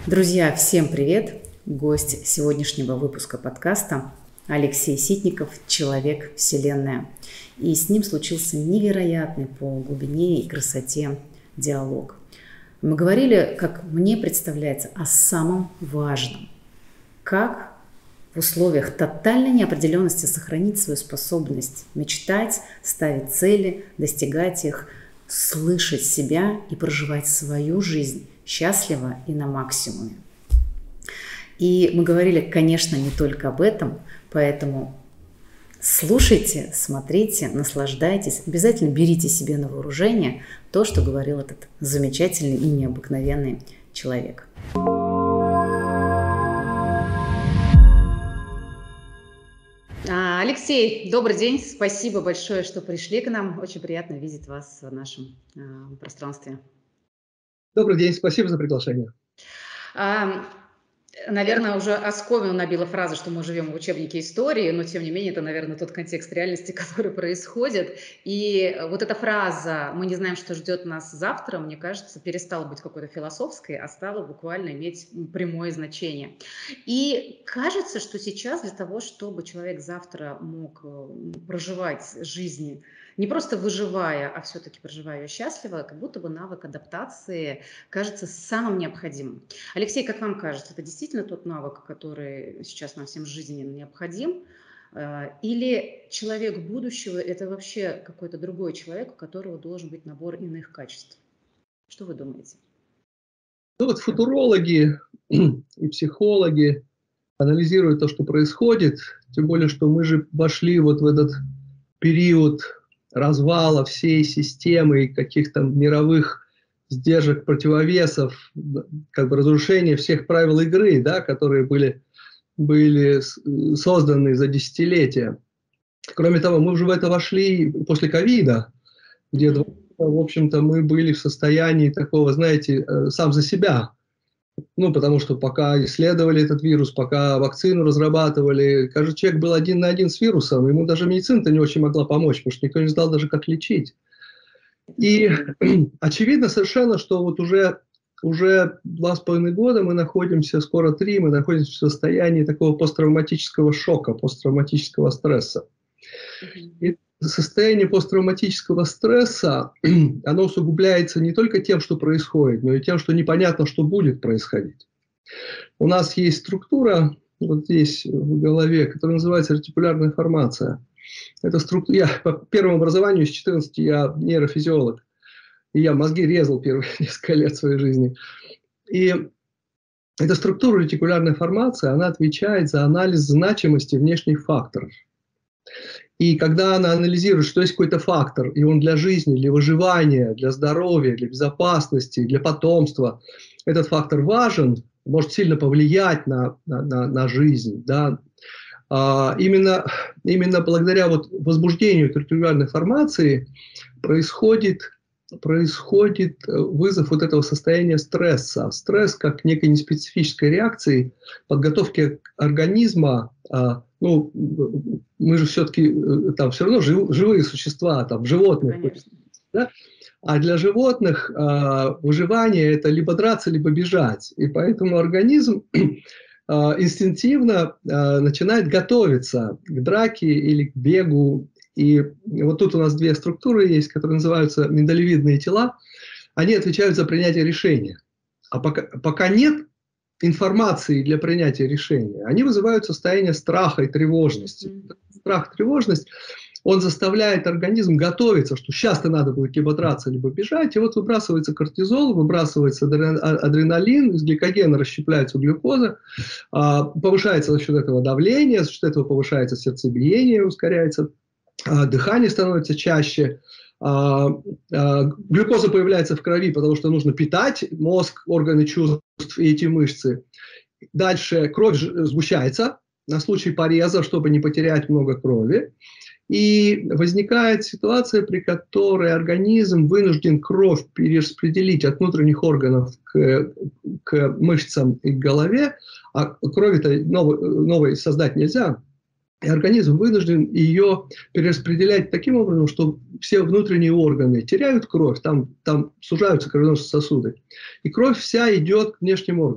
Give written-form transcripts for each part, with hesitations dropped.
Друзья, всем привет! Гость сегодняшнего выпуска подкаста Алексей Ситников, человек Вселенная. И с ним случился невероятный по глубине и красоте диалог. Мы говорили, как мне представляется, о самом важном. Как в условиях тотальной неопределенности сохранить свою способность мечтать, ставить цели, достигать их, слышать себя и проживать свою жизнь счастливо и на максимуме. И мы говорили, конечно, не только об этом, поэтому слушайте, смотрите, наслаждайтесь, обязательно берите себе на вооружение то, что говорил этот замечательный и необыкновенный человек. Алексей, добрый день, спасибо большое, что пришли к нам. Очень приятно видеть вас в нашем пространстве. Добрый день, спасибо за приглашение. Наверное, уже оскомину набила фраза, что мы живем в учебнике истории, но, тем не менее, это, наверное, тот контекст реальности, который происходит. И вот эта фраза «мы не знаем, что ждет нас завтра», мне кажется, перестала быть какой-то философской, а стала буквально иметь прямое значение. И кажется, что сейчас для того, чтобы человек завтра мог проживать жизнь, не просто выживая, а все-таки проживая ее счастливо, как будто бы навык адаптации кажется самым необходимым. Алексей, как вам кажется, это действительно тот навык, который сейчас нам всем жизненно необходим? Или человек будущего – это вообще какой-то другой человек, у которого должен быть набор иных качеств? Что вы думаете? Ну вот футурологи и психологи анализируют то, что происходит, тем более, что мы же вошли вот в этот период развала всей системы и каких-то мировых сдержек, противовесов, как бы разрушения всех правил игры, да, которые были созданы за десятилетия. Кроме того, мы уже в это вошли после ковида, где, в общем-то, мы были в состоянии такого, знаете, сам за себя. Ну, потому что пока исследовали этот вирус, пока вакцину разрабатывали, каждый человек был один на один с вирусом, ему даже медицина-то не очень могла помочь, потому что никто не знал даже, как лечить. И очевидно совершенно, что вот уже 2,5 года мы находимся, скоро 3, мы находимся в состоянии такого посттравматического шока, посттравматического стресса. И состояние посттравматического стресса, оно усугубляется не только тем, что происходит, но и тем, что непонятно, что будет происходить. У нас есть структура вот здесь в голове, которая называется ретикулярная формация. Это структура. Я по первому образованию с 14 я нейрофизиолог. И я мозги резал первые несколько лет своей жизни. И эта структура ретикулярной формации, она отвечает за анализ значимости внешних факторов. И когда она анализирует, что есть какой-то фактор, и он для жизни, для выживания, для здоровья, для безопасности, для потомства, этот фактор важен, может сильно повлиять на жизнь. Да? Именно благодаря вот возбуждению ретикулярной формации происходит вызов вот этого состояния стресса. Стресс как некой неспецифической реакции подготовки организма. Ну, мы же все-таки там все равно живые существа, там животных. Да? А для животных выживание – это либо драться, либо бежать. И поэтому организм инстинктивно начинает готовиться к драке или к бегу. И вот тут у нас две структуры есть, которые называются миндалевидные тела. Они отвечают за принятие решения. А пока нет информации для принятия решения, они вызывают состояние страха и тревожности. Страх, тревожность, он заставляет организм готовиться, что сейчас-то надо будет либо драться, либо бежать. И вот выбрасывается кортизол, выбрасывается адреналин, из гликогена расщепляется глюкоза, повышается за счет этого давление, за счет этого повышается сердцебиение, ускоряется, дыхание становится чаще, глюкоза появляется в крови, потому что нужно питать мозг, органы чувств и эти мышцы. Дальше кровь сгущается на случай пореза, чтобы не потерять много крови. И возникает ситуация, при которой организм вынужден кровь перераспределить от внутренних органов к мышцам и к голове, а крови-то новой создать нельзя. И организм вынужден ее перераспределять таким образом, что все внутренние органы теряют кровь, там сужаются кровеносные сосуды. И кровь вся идет к внешним органам.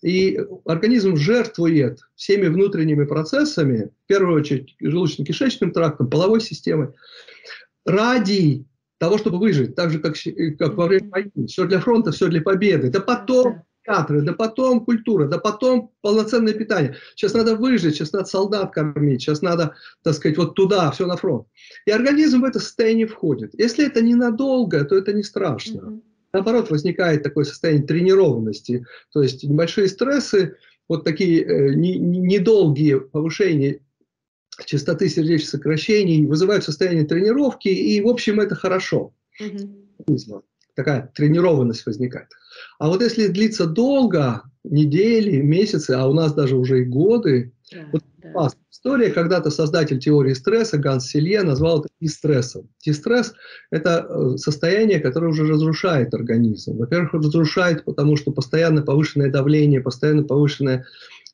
И организм жертвует всеми внутренними процессами, в первую очередь желудочно-кишечным трактом, половой системой, ради того, чтобы выжить, так же, как во время войны. Все для фронта, все для победы. Да потом театры, да потом культура, да потом полноценное питание. Сейчас надо выжить, сейчас надо солдат кормить, сейчас надо, так сказать, вот туда, все на фронт. И организм в это состояние входит. Если это ненадолго, то это не страшно. Наоборот, возникает такое состояние тренированности. То есть небольшие стрессы, вот такие недолгие повышения частоты сердечных сокращений вызывают состояние тренировки, и, в общем, это хорошо. Такая тренированность возникает. А вот если длится долго, недели, месяцы, а у нас даже уже и годы, история, когда-то создатель теории стресса Ганс Селье назвал это дистрессом. Дистресс – это состояние, которое уже разрушает организм. Во-первых, разрушает, потому что постоянно повышенное давление, постоянно повышенная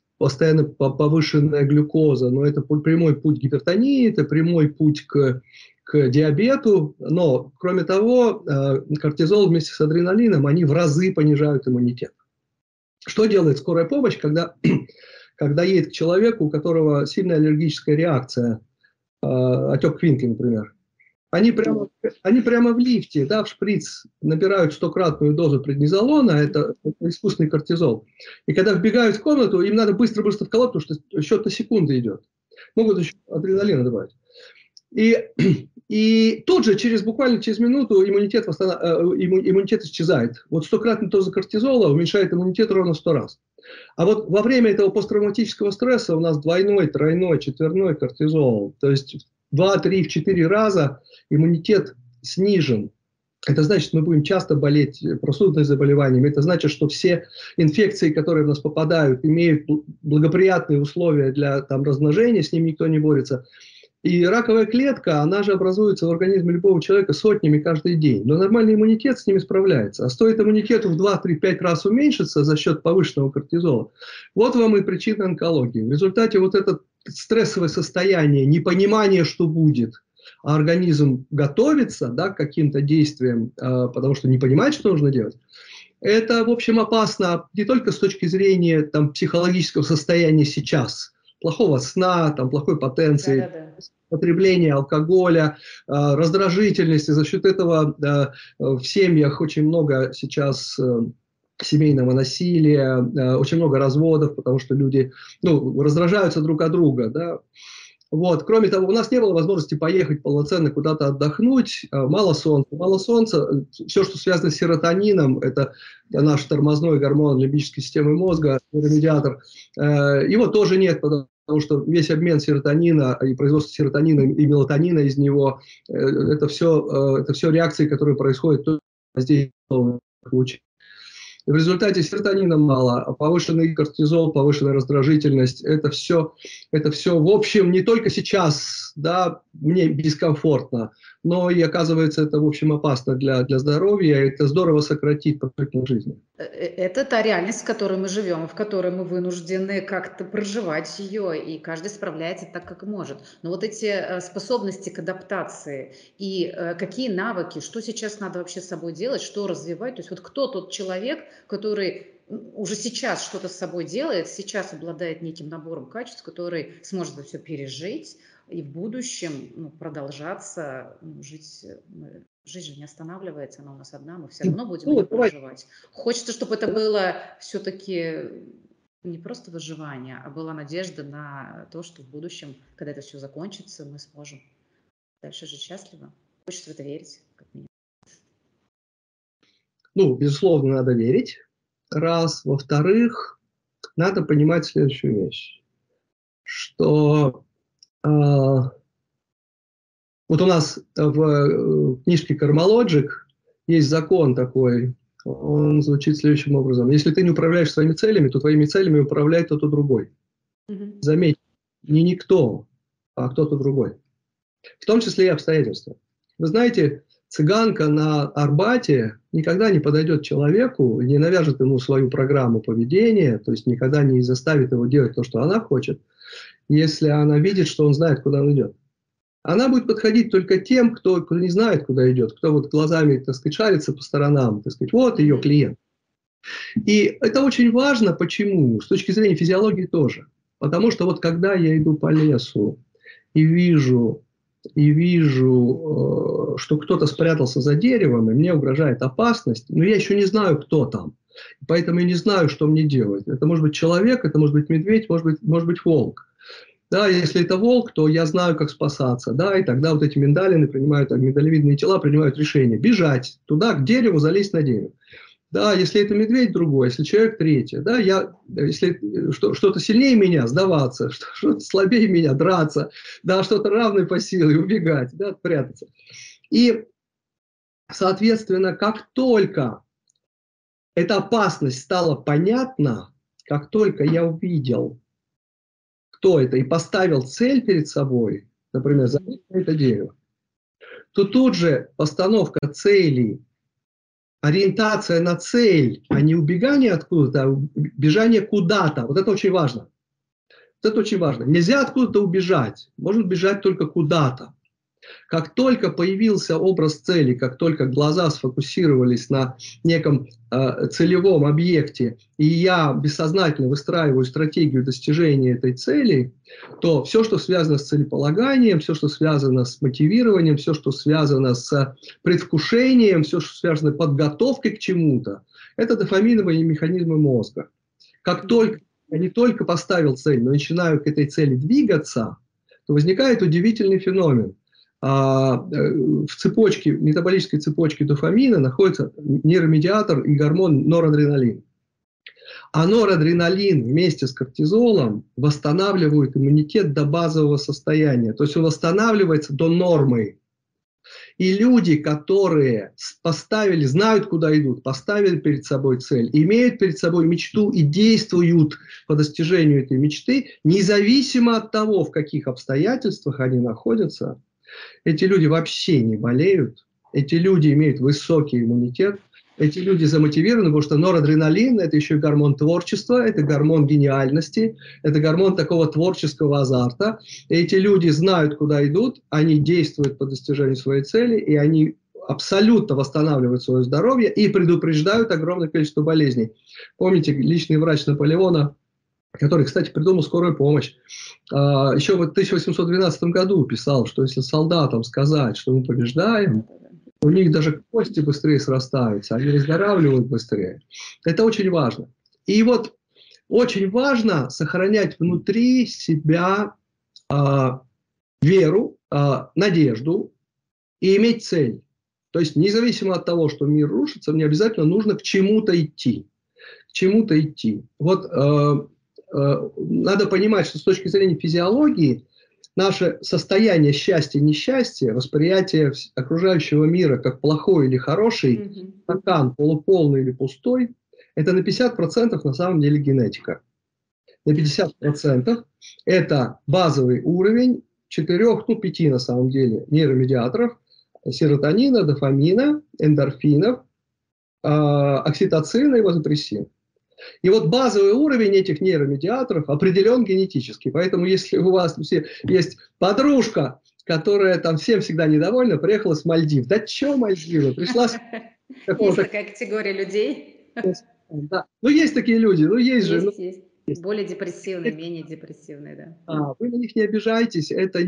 глюкоза, но это прямой путь к гипертонии, это прямой путь к диабету, но, кроме того, кортизол вместе с адреналином, они в разы понижают иммунитет. Что делает скорая помощь, когда едет к человеку, у которого сильная аллергическая реакция, отек квинки, например? Они прямо в лифте, да, в шприц набирают 100-кратную дозу преднизолона, это искусственный кортизол. И когда вбегают в комнату, им надо быстро-быстро вколоть, потому что счет на секунды идет. Могут еще адреналина добавить. И тут же, буквально через минуту, иммунитет исчезает. Вот 100-кратная доза кортизола уменьшает иммунитет ровно 100 раз. А вот во время этого посттравматического стресса у нас двойной, тройной, четверной кортизол. То есть 2, 3, 4 раза иммунитет снижен. Это значит, что мы будем часто болеть простудными заболеваниями. Это значит, что все инфекции, которые в нас попадают, имеют благоприятные условия для размножения, с ними никто не борется. И раковая клетка, она же образуется в организме любого человека сотнями каждый день. Но нормальный иммунитет с ними справляется. А стоит иммунитету в 2, 3, 5 раз уменьшиться за счет повышенного кортизола, вот вам и причина онкологии. В результате вот это стрессовое состояние, непонимание, что будет, а организм готовится, да, к каким-то действиям, потому что не понимает, что нужно делать, это, в общем, опасно не только с точки зрения психологического состояния сейчас, плохого сна, плохой потенции, потребления алкоголя, раздражительности. За счет этого в семьях очень много сейчас семейного насилия, очень много разводов, потому что люди раздражаются друг от друга. Да. Вот. Кроме того, у нас не было возможности поехать полноценно куда-то отдохнуть, мало солнца, все, что связано с серотонином, это наш тормозной гормон лимбической системы мозга, нейромедиатор, его тоже нет, потому что весь обмен серотонина и производство серотонина и мелатонина из него, это все реакции, которые происходят только здесь в луче. В результате серотонина мало, а повышенный кортизол, повышенная раздражительность, это все, в общем, не только сейчас, да, мне дискомфортно, но и оказывается, это, в общем, опасно для здоровья, это здорово сократит продолжительность жизни. Это та реальность, в которой мы живем, в которой мы вынуждены как-то проживать ее, и каждый справляется так, как может. Но вот эти способности к адаптации и какие навыки, что сейчас надо вообще с собой делать, что развивать, то есть вот кто тот человек, который уже сейчас что-то с собой делает, сейчас обладает неким набором качеств, который сможет это все пережить и в будущем продолжаться, жить. Жизнь же не останавливается, она у нас одна, мы все равно будем ее проживать. Хочется, чтобы это было все-таки не просто выживание, а была надежда на то, что в будущем, когда это все закончится, мы сможем дальше жить счастливо. Хочется в это верить, как минимум. Безусловно, надо верить. Раз. Во-вторых, надо понимать следующую вещь, что вот у нас в книжке Karmalogic есть закон такой, он звучит следующим образом. Если ты не управляешь своими целями, то твоими целями управляет кто-то другой. Заметь, не никто, а кто-то другой. В том числе и обстоятельства. Вы знаете, цыганка на Арбате никогда не подойдет человеку, не навяжет ему свою программу поведения, то есть никогда не заставит его делать то, что она хочет, если она видит, что он знает, куда он идет. Она будет подходить только тем, кто не знает, куда идет, кто вот глазами, так сказать, шарится по сторонам, так сказать, вот ее клиент. И это очень важно. Почему? С точки зрения физиологии тоже. Потому что вот когда я иду по лесу и вижу, что кто-то спрятался за деревом, и мне угрожает опасность, но я еще не знаю, кто там. Поэтому я не знаю, что мне делать. Это может быть человек, это может быть медведь, может быть волк. Да, если это волк, то я знаю, как спасаться. Да, и тогда вот эти миндалевидные тела принимают решение бежать туда, к дереву, залезть на дерево. Да, если это медведь, другой, если человек, третий. Да, если что-то сильнее меня, сдаваться, что-то слабее меня, драться, да, что-то равное по силе, убегать, да, прятаться. И, соответственно, как только эта опасность стала понятна, как только я увидел, кто это, и поставил цель перед собой, например, залезть на это дерево, то тут же постановка целей, ориентация на цель, а не убегание откуда-то, а бежание куда-то. Вот это очень важно. Вот это очень важно. Нельзя откуда-то убежать. Можно бежать только куда-то. Как только появился образ цели, как только глаза сфокусировались на неком целевом объекте, и я бессознательно выстраиваю стратегию достижения этой цели, то все, что связано с целеполаганием, все, что связано с мотивированием, все, что связано с предвкушением, все, что связано с подготовкой к чему-то, это дофаминовые механизмы мозга. Как только я не только поставил цель, но начинаю к этой цели двигаться, то возникает удивительный феномен. В цепочке, метаболической цепочке дофамина находится нейромедиатор и гормон норадреналин. А норадреналин вместе с кортизолом восстанавливают иммунитет до базового состояния. То есть он восстанавливается до нормы. И люди, которые поставили, знают, куда идут, поставили перед собой цель, имеют перед собой мечту и действуют по достижению этой мечты, независимо от того, в каких обстоятельствах они находятся, эти люди вообще не болеют, эти люди имеют высокий иммунитет, эти люди замотивированы, потому что норадреналин – это еще и гормон творчества, это гормон гениальности, это гормон такого творческого азарта. И эти люди знают, куда идут, они действуют по достижению своей цели, и они абсолютно восстанавливают свое здоровье и предупреждают огромное количество болезней. Помните, личный врач Наполеона, который, кстати, придумал скорую помощь, еще в 1812 году писал, что если солдатам сказать, что мы побеждаем, у них даже кости быстрее срастаются, они выздоравливают быстрее. Это очень важно. И вот очень важно сохранять внутри себя веру, надежду и иметь цель. То есть независимо от того, что мир рушится, мне обязательно нужно к чему-то идти. К чему-то идти. Вот надо понимать, что с точки зрения физиологии наше состояние счастья-несчастья, восприятие окружающего мира как плохой или хороший, стакан полуполный или пустой, это на 50% на самом деле генетика. На 50% это базовый уровень 4-5 на самом деле нейромедиаторов, серотонина, дофамина, эндорфинов, окситоцина и вазопрессин. И вот базовый уровень этих нейромедиаторов определен генетически. Поэтому если у вас есть подружка, которая там всем всегда недовольна, приехала с Мальдив. Да что Мальдивы? Пришла с Есть такая категория людей. Да. Ну, есть такие люди. Ну, есть же. Есть. Более депрессивные, менее депрессивные, да. Вы на них не обижайтесь. Это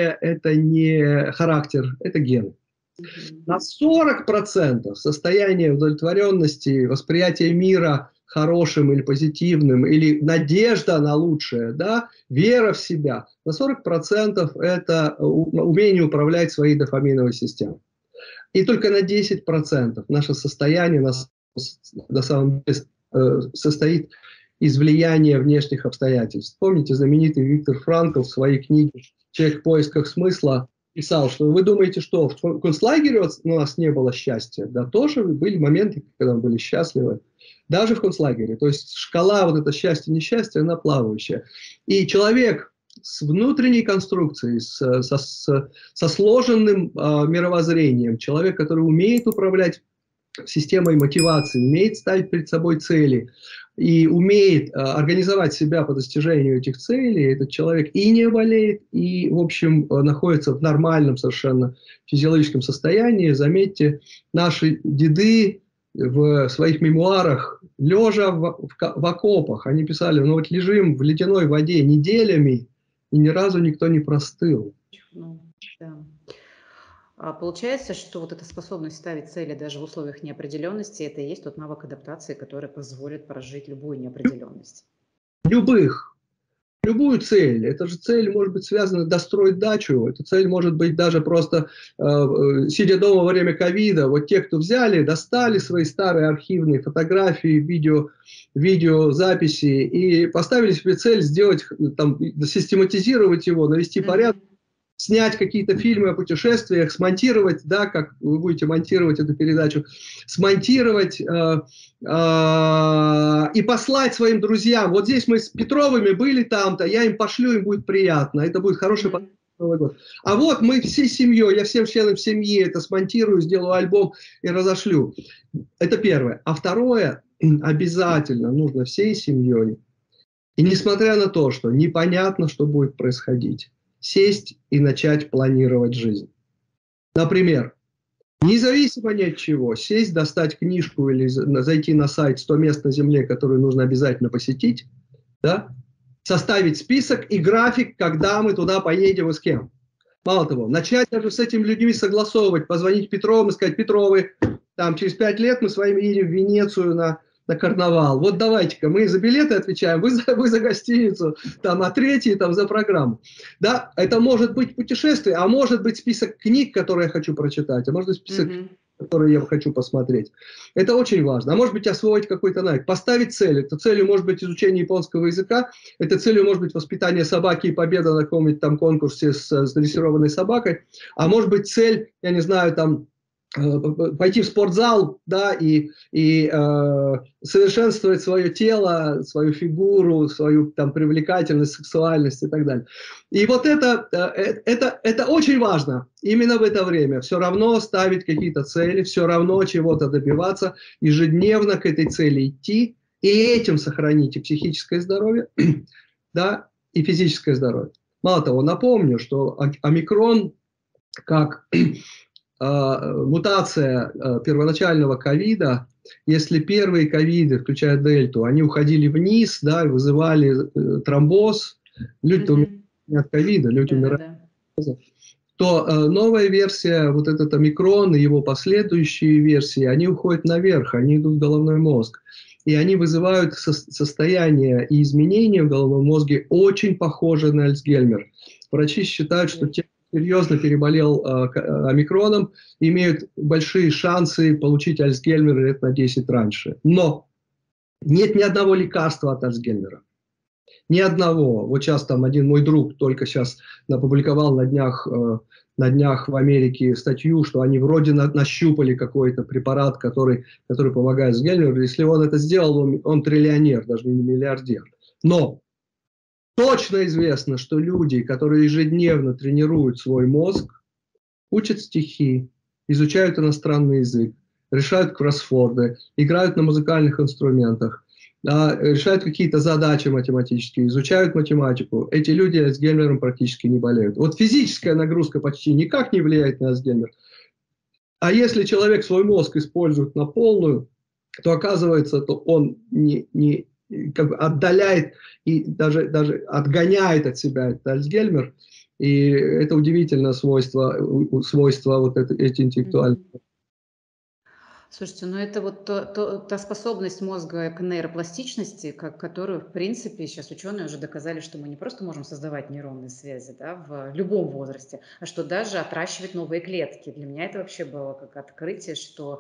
не характер, это ген. На 40% состояние удовлетворенности, восприятия мира хорошим или позитивным, или надежда на лучшее, да, вера в себя, на 40% это умение управлять своей дофаминовой системой. И только на 10% наше состояние на самом деле состоит из влияния внешних обстоятельств. Помните, знаменитый Виктор Франкл в своей книге «Человек в поисках смысла» писал, что вы думаете, что в концлагере у нас не было счастья? Да, тоже были моменты, когда мы были счастливы. Даже в концлагере. То есть шкала вот это счастье-несчастье, она плавающая. И человек с внутренней конструкцией, со сложенным мировоззрением, человек, который умеет управлять системой мотивации, умеет ставить перед собой цели и умеет организовать себя по достижению этих целей, этот человек и не болеет, и, в общем, находится в нормальном совершенно физиологическом состоянии. Заметьте, наши деды, в своих мемуарах, лежа в окопах, они писали, ну вот лежим в ледяной воде неделями, и ни разу никто не простыл. Ну, да. Получается, что вот эта способность ставить цели даже в условиях неопределенности, это и есть тот навык адаптации, который позволит прожить любую неопределенность. Любую цель. Эта же цель может быть связана достроить дачу. Эта цель может быть даже просто сидя дома во время ковида. Вот те, кто взяли, достали свои старые архивные фотографии, видеозаписи и поставили себе цель сделать, там, систематизировать его, навести порядок, снять какие-то фильмы о путешествиях, смонтировать, да, как вы будете монтировать эту передачу, смонтировать и послать своим друзьям. Вот здесь мы с Петровыми были там-то, я им пошлю, им будет приятно. Это будет хороший Новый год. А вот мы всей семьей, я всем членам семьи это смонтирую, сделаю альбом и разошлю. Это первое. А второе, обязательно нужно всей семьей, и несмотря на то, что непонятно, что будет происходить, сесть и начать планировать жизнь. Например, независимо ни от чего, сесть, достать книжку или зайти на сайт «100 мест на Земле», которые нужно обязательно посетить, да? Составить список и график, когда мы туда поедем и с кем. Мало того, начать даже с этими людьми согласовывать, позвонить Петровым и сказать: Петровы, там через 5 лет мы с вами едем в Венецию на карнавал. Вот давайте-ка, мы за билеты отвечаем, вы за гостиницу, там, а третий там за программу. Да, это может быть путешествие, а может быть список книг, которые я хочу прочитать, а может быть список которые я хочу посмотреть. Это очень важно. А может быть освоить какой-то навык. Поставить цель. Это целью может быть изучение японского языка, это целью может быть воспитание собаки и победа на каком-нибудь там конкурсе с дрессированной собакой, а может быть цель, я не знаю, там, пойти в спортзал, да, и совершенствовать свое тело, свою фигуру, свою там привлекательность, сексуальность и так далее. И вот это очень важно именно в это время. Все равно ставить какие-то цели, все равно чего-то добиваться, ежедневно к этой цели идти, и этим сохранить и психическое здоровье, да, и физическое здоровье. Мало того, напомню, что омикрон как мутация первоначального ковида, если первые ковиды, включая дельту, они уходили вниз, да, вызывали тромбоз, люди умирают не от ковида, люди умирают, то новая версия, вот этот омикрон и его последующие версии, они уходят наверх, они идут в головной мозг. И они вызывают состояние и изменения в головном мозге очень похожие на Альцгеймер. Врачи считают, что те, кто серьезно переболел омикроном, имеют большие шансы получить Альцгеймер лет на 10 раньше. Но нет ни одного лекарства от Альцгеймера. Ни одного. Вот сейчас там один мой друг только сейчас опубликовал на днях в Америке статью, что они вроде нащупали какой-то препарат, который помогает Альцгеймеру. Если он это сделал, он триллионер, даже не миллиардер. Но точно известно, что люди, которые ежедневно тренируют свой мозг, учат стихи, изучают иностранный язык, решают кроссворды, играют на музыкальных инструментах, решают какие-то задачи математические, изучают математику. Эти люди Альцгеймером практически не болеют. Вот физическая нагрузка почти никак не влияет на Альцгеймер. А если человек свой мозг использует на полную, то оказывается, то он как бы отдаляет и даже отгоняет от себя этот Альцгеймер. И это удивительное свойство вот эти интеллектуальные. Слушайте, ну это вот та способность мозга к нейропластичности, которую, в принципе, сейчас ученые уже доказали, что мы не просто можем создавать нейронные связи, да, в любом возрасте, а что даже отращивать новые клетки. Для меня это вообще было как открытие, что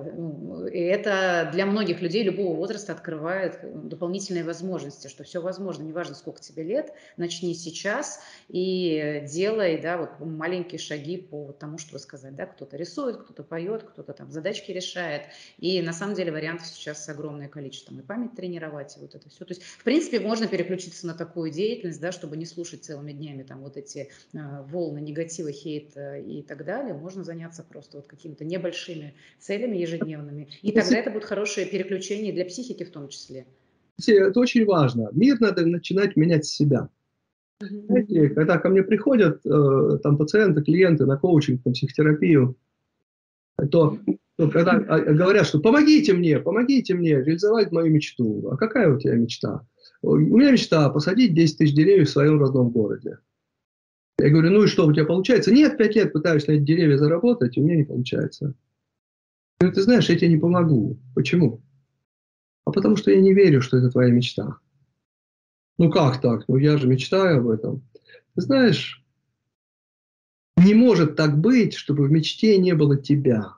и это для многих людей любого возраста открывает дополнительные возможности, что все возможно, неважно, сколько тебе лет, начни сейчас и делай, да, вот маленькие шаги по тому, что сказать, да, кто-то рисует, кто-то поет, кто-то там задачки решает. И на самом деле вариантов сейчас огромное количество. И память тренировать, и вот это все. То есть, в принципе, можно переключиться на такую деятельность, да, чтобы не слушать целыми днями там вот эти волны негатива, хейта и так далее. Можно заняться просто вот какими-то небольшими целями ежедневными. И тогда это будет хорошее переключение для психики в том числе. Это очень важно. Мир надо начинать менять с себя. Знаете, когда ко мне приходят там пациенты, клиенты на коучинг, на психотерапию, то Ну, когда говорят, что помогите мне реализовать мою мечту. А какая у тебя мечта? У меня мечта посадить 10 тысяч деревьев в своем родном городе. Я говорю, ну и что, у тебя получается? Нет, 5 лет пытаюсь на эти деревья заработать, и у меня не получается. Я говорю, ты знаешь, я тебе не помогу. Почему? А потому что я не верю, что это твоя мечта. Ну как так? Ну я же мечтаю об этом. Ты знаешь, не может так быть, чтобы в мечте не было тебя.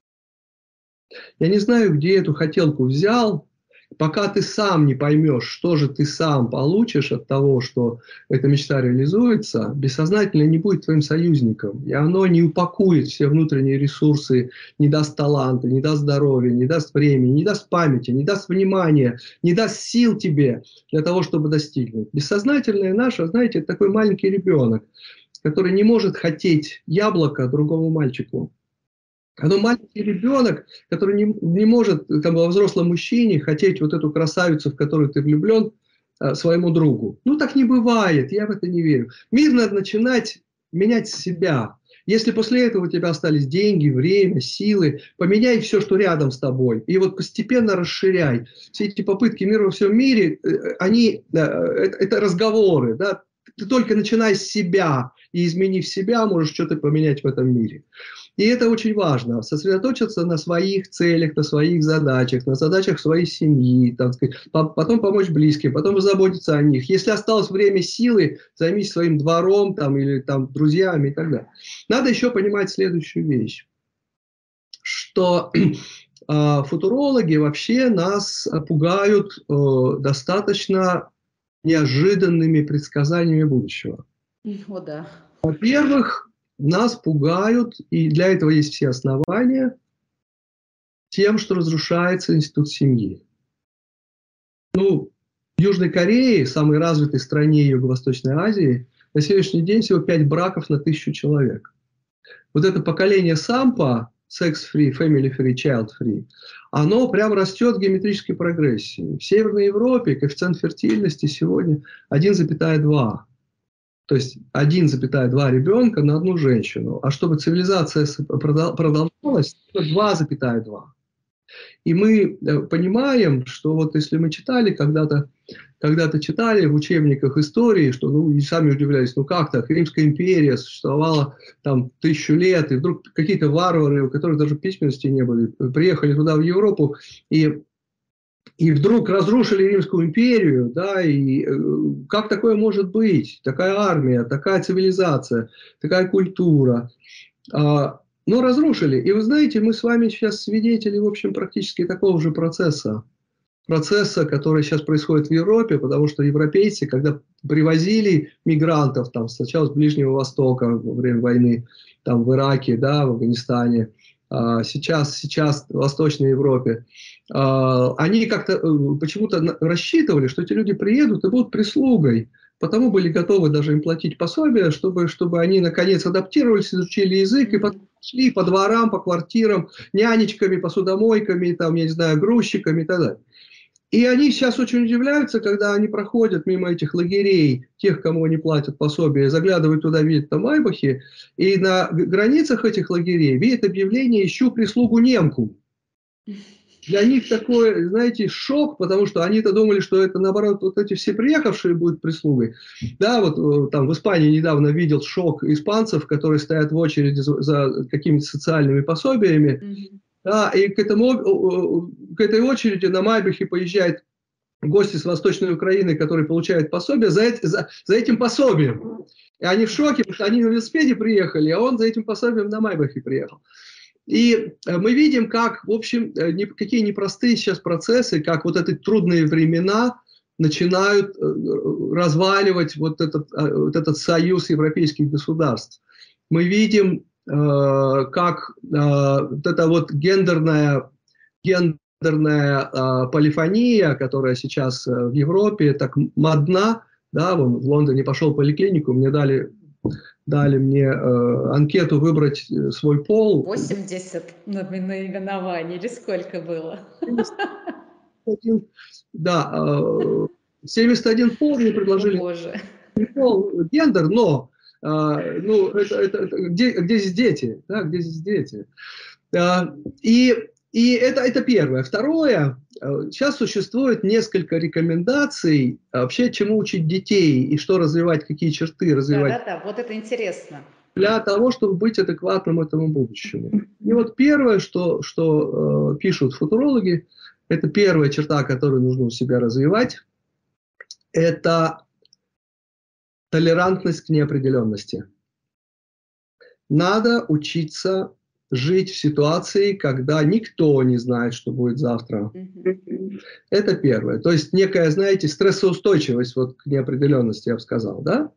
Я не знаю, где эту хотелку взял. Пока ты сам не поймешь, что же ты сам получишь от того, что эта мечта реализуется, бессознательно не будет твоим союзником. И оно не упакует все внутренние ресурсы, не даст таланта, не даст здоровья, не даст времени, не даст памяти, не даст внимания, не даст сил тебе для того, чтобы достигнуть. Бессознательное наше, знаете, это такой маленький ребенок, который не может хотеть яблоко другому мальчику. Оно маленький ребенок, который не может там, во взрослом мужчине хотеть вот эту красавицу, в которую ты влюблен, своему другу. Ну, так не бывает, я в это не верю. Мир надо начинать менять себя. Если после этого у тебя остались деньги, время, силы, поменяй все, что рядом с тобой. И вот постепенно расширяй. Все эти попытки мира во всем мире, они, это разговоры. Да? Ты только начинай с себя и изменив себя, можешь что-то поменять в этом мире. И это очень важно, сосредоточиться на своих целях, на своих задачах, на задачах своей семьи, так сказать, потом помочь близким, потом заботиться о них. Если осталось время, силы, займись своим двором там, или там, друзьями и так далее. Надо еще понимать следующую вещь, что футурологи вообще нас пугают достаточно неожиданными предсказаниями будущего. О, да. Во-первых, нас пугают, и для этого есть все основания, тем, что разрушается институт семьи. Ну, в Южной Корее, самой развитой стране Юго-Восточной Азии, на сегодняшний день всего 5 браков на 1000 человек. Вот это поколение сампа, sex-free, family-free, child-free, оно прям растет в геометрической прогрессии. В Северной Европе коэффициент фертильности сегодня 1,2. То есть 1,2 ребенка на одну женщину. А чтобы цивилизация продолжалась, 2,2. И мы понимаем, что вот если мы читали когда-то читали в учебниках истории, что, ну, и сами удивлялись, ну как так, Римская империя существовала там 1000 лет, и вдруг какие-то варвары, у которых даже письменности не было, приехали туда, в Европу, и вдруг разрушили Римскую империю, да, и как такое может быть? Такая армия, такая цивилизация, такая культура. Но разрушили. И вы знаете, мы с вами сейчас свидетели, в общем, практически такого же процесса. Процесса, который сейчас происходит в Европе, потому что европейцы, когда привозили мигрантов, там, сначала с Ближнего Востока во время войны, там, в Ираке, да, в Афганистане, сейчас в Восточной Европе, они как-то почему-то рассчитывали, что эти люди приедут и будут прислугой. Потому были готовы даже им платить пособия, чтобы они наконец адаптировались, изучили язык и потом шли по дворам, по квартирам, нянечками, посудомойками, там, я не знаю, грузчиками и так далее. И они сейчас очень удивляются, когда они проходят мимо этих лагерей, тех, кому они платят пособие, заглядывают туда, видят там майбахи, и на границах этих лагерей видят объявление «Ищу прислугу немку». Для них такой, знаете, шок, потому что они-то думали, что это, наоборот, вот эти все приехавшие будут прислугой. Да, вот там в Испании недавно видел шок испанцев, которые стоят в очереди за какими-то социальными пособиями. Да, и к этой очереди на майбахе поезжают гости с Восточной Украины, которые получают пособие за этим пособием. И они в шоке, потому что они на велосипеде приехали, а он за этим пособием на майбахе приехал. И мы видим, как, в общем, какие непростые сейчас процессы, как вот эти трудные времена начинают разваливать вот этот союз европейских государств. Мы видим, как вот эта вот гендерная полифония, которая сейчас в Европе так модна, да, вон в Лондоне пошел в поликлинику, мне дали мне анкету выбрать свой пол. 80 наименований или сколько было? 71, да, 71 пол мне предложили. О, Боже. Пол, гендер, но ну, где здесь дети? Да, где здесь дети? А, и это первое. Второе, сейчас существует несколько рекомендаций вообще, чему учить детей и что развивать, какие черты развивать Да, вот это интересно. для того, чтобы быть адекватным этому будущему. И вот первое, что пишут футурологи, это первая черта, которую нужно у себя развивать, это толерантность к неопределенности. Надо учиться жить в ситуации, когда никто не знает, что будет завтра. Это первое. То есть некая, знаете, стрессоустойчивость вот к неопределенности, я бы сказал, да?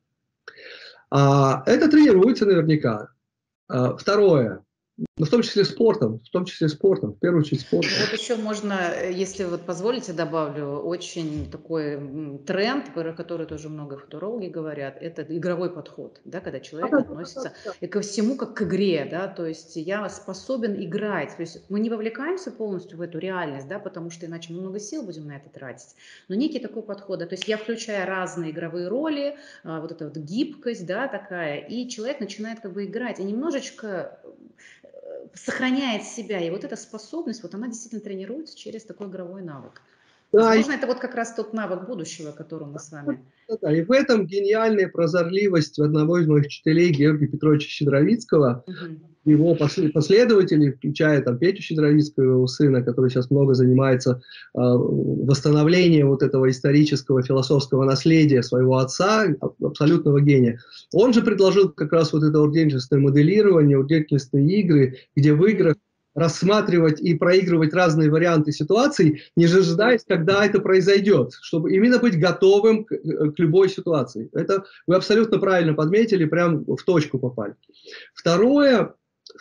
Это тренируется наверняка. Второе. Ну, в том числе спортом, в первую очередь спортом. Вот еще можно, если вот позволите, добавлю, очень такой тренд, про который тоже много футурологи говорят, это игровой подход, да, когда человек относится ко всему как к игре, да, то есть я способен играть, то есть мы не вовлекаемся полностью в эту реальность, да, потому что иначе мы много сил будем на это тратить, но некий такой подход, да, то есть я включаю разные игровые роли, вот эта вот гибкость, да, такая, и человек начинает как бы играть, и немножечко сохраняет себя. И вот эта способность, вот она действительно тренируется через такой игровой навык. Да, Возможно, это вот как раз тот навык будущего, о котором мы с вами... Да, и в этом гениальная прозорливость одного из моих учителей, Георгия Петровича Щедровицкого, его последователей, включая там Петю Щедровицкого, его сына, который сейчас много занимается восстановлением вот этого исторического философского наследия своего отца, абсолютного гения. Он же предложил как раз вот это урденческое моделирование, урденческие игры, где в играх рассматривать и проигрывать разные варианты ситуаций, не дожидаясь, когда это произойдет, чтобы именно быть готовым к любой ситуации. Это вы абсолютно правильно подметили, прям в точку попали. Второе,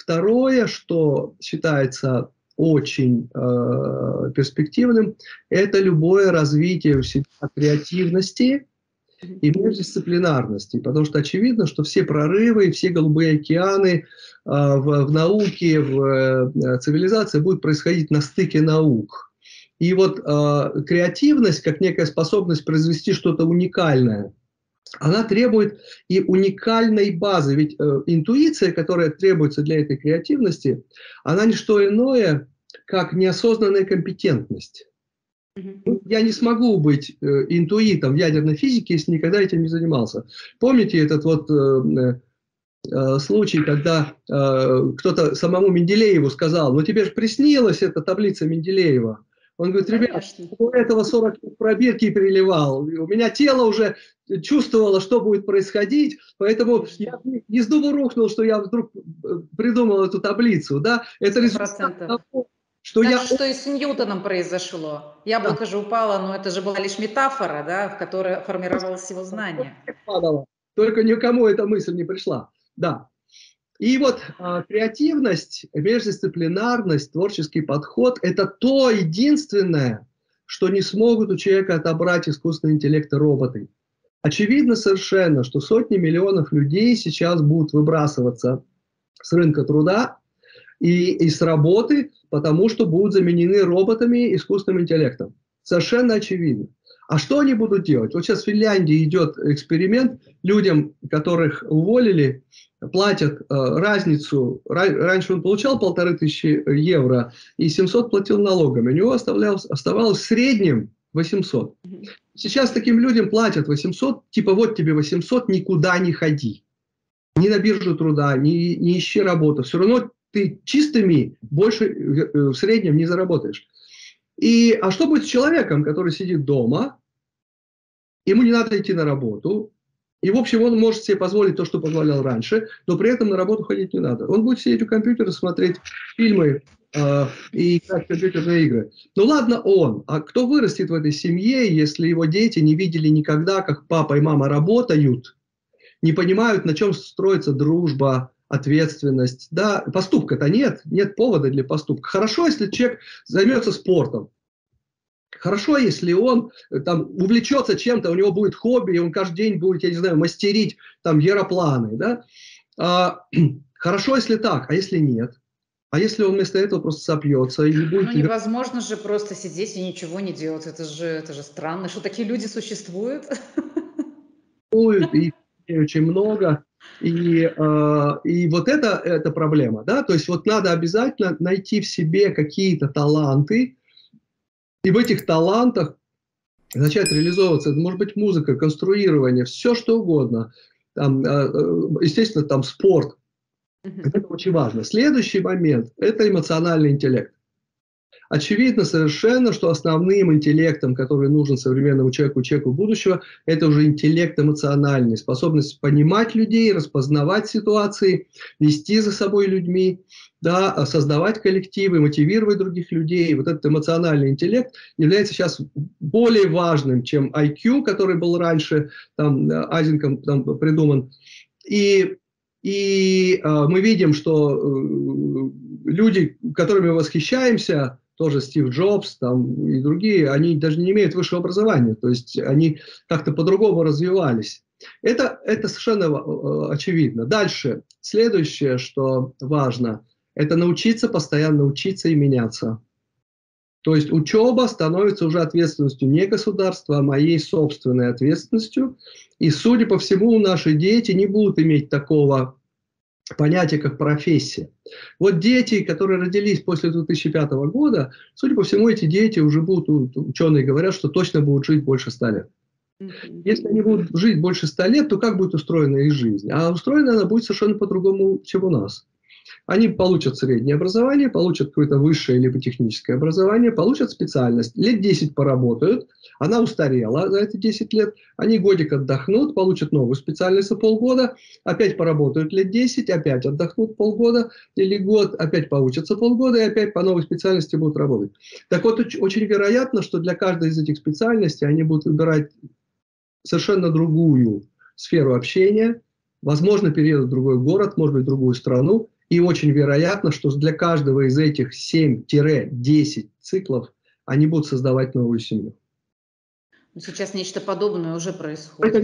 что считается очень перспективным, это любое развитие у себя креативности и междисциплинарности, потому что очевидно, что все прорывы, все голубые океаны в науке, в цивилизации будут происходить на стыке наук. И вот креативность, как некая способность произвести что-то уникальное, она требует и уникальной базы. Ведь интуиция, которая требуется для этой креативности, она не что иное, как неосознанная компетентность. Я не смогу быть интуитом в ядерной физике, если никогда этим не занимался. Помните этот вот случай, когда кто-то самому Менделееву сказал: ну тебе же приснилась эта таблица Менделеева. Он говорит: ребят, у этого 40 пробирки переливал, у меня тело уже чувствовало, что будет происходить, поэтому я не с дубу рухнул, что я вдруг придумал эту таблицу. Да? Это результат того, что так же, что и с Ньютоном произошло. Яблоко же упало, но это же была лишь метафора, да, в которой формировалось его знание. Только никому эта мысль не пришла. Да. И вот креативность, междисциплинарность, творческий подход – это то единственное, что не смогут у человека отобрать искусственный интеллект и роботы. Очевидно совершенно, что сотни миллионов людей сейчас будут выбрасываться с рынка труда и с работы, потому что будут заменены роботами и искусственным интеллектом. Совершенно очевидно. А что они будут делать? Вот сейчас в Финляндии идет эксперимент. Людям, которых уволили, платят разницу. Раньше он получал 1500 евро и 700 платил налогами. У него оставалось в среднем 800. Сейчас таким людям платят 800, типа вот тебе 800, никуда не ходи. Ни на биржу труда, не ищи работу. Все равно ты чистыми больше в среднем не заработаешь. А что будет с человеком, который сидит дома, ему не надо идти на работу, и, в общем, он может себе позволить то, что позволял раньше, но при этом на работу ходить не надо. Он будет сидеть у компьютера, смотреть фильмы и играть в компьютерные игры. Ну ладно он, а кто вырастет в этой семье, если его дети не видели никогда, как папа и мама работают, не понимают, на чем строится дружба, ответственность. Да, поступка-то нет повода для поступка. Хорошо, если человек займется спортом. Хорошо, если он там увлечется чем-то, у него будет хобби, и он каждый день будет, я не знаю, мастерить там аэропланы. Да? Хорошо, если так, а если нет? А если он вместо этого просто сопьется и не будет... Ну, невозможно же просто сидеть и ничего не делать. Это же странно, что такие люди существуют. И очень много. И вот это проблема, да, то есть вот надо обязательно найти в себе какие-то таланты, и в этих талантах начать реализовываться. Это может быть музыка, конструирование, все что угодно. Там, естественно, там спорт. Это очень важно. Следующий момент – это эмоциональный интеллект. Очевидно совершенно, что основным интеллектом, который нужен современному человеку будущего, это уже интеллект эмоциональный, способность понимать людей, распознавать ситуации, вести за собой людьми, да, создавать коллективы, мотивировать других людей. Вот этот эмоциональный интеллект является сейчас более важным, чем IQ, который был раньше там, Айзенком там, придуман. И мы видим, что люди, которыми мы восхищаемся, тоже Стив Джобс там, и другие, они даже не имеют высшего образования, то есть они как-то по-другому развивались. Это совершенно очевидно. Дальше, следующее, что важно, это научиться постоянно учиться и меняться. То есть учеба становится уже ответственностью не государства, а моей собственной ответственностью. И, судя по всему, наши дети не будут иметь такого понятия, как профессия. Вот дети, которые родились после 2005 года, судя по всему, эти дети уже будут, ученые говорят, что точно будут жить больше 100 лет. Если они будут жить больше 100 лет, то как будет устроена их жизнь? А устроена она будет совершенно по-другому, чем у нас. Они получат среднее образование, получат какое-то высшее либо техническое образование, получат специальность, лет 10 поработают, она устарела за эти 10 лет, они годик отдохнут, получат новую специальность за полгода, опять поработают лет 10, опять отдохнут полгода или год, опять поучатся полгода и опять по новой специальности будут работать. Так вот, очень вероятно, что для каждой из этих специальностей они будут выбирать совершенно другую сферу общения, возможно, переедут в другой город, может быть, в другую страну. И очень вероятно, что для каждого из этих 7-10 циклов они будут создавать новую семью. Сейчас нечто подобное уже происходит.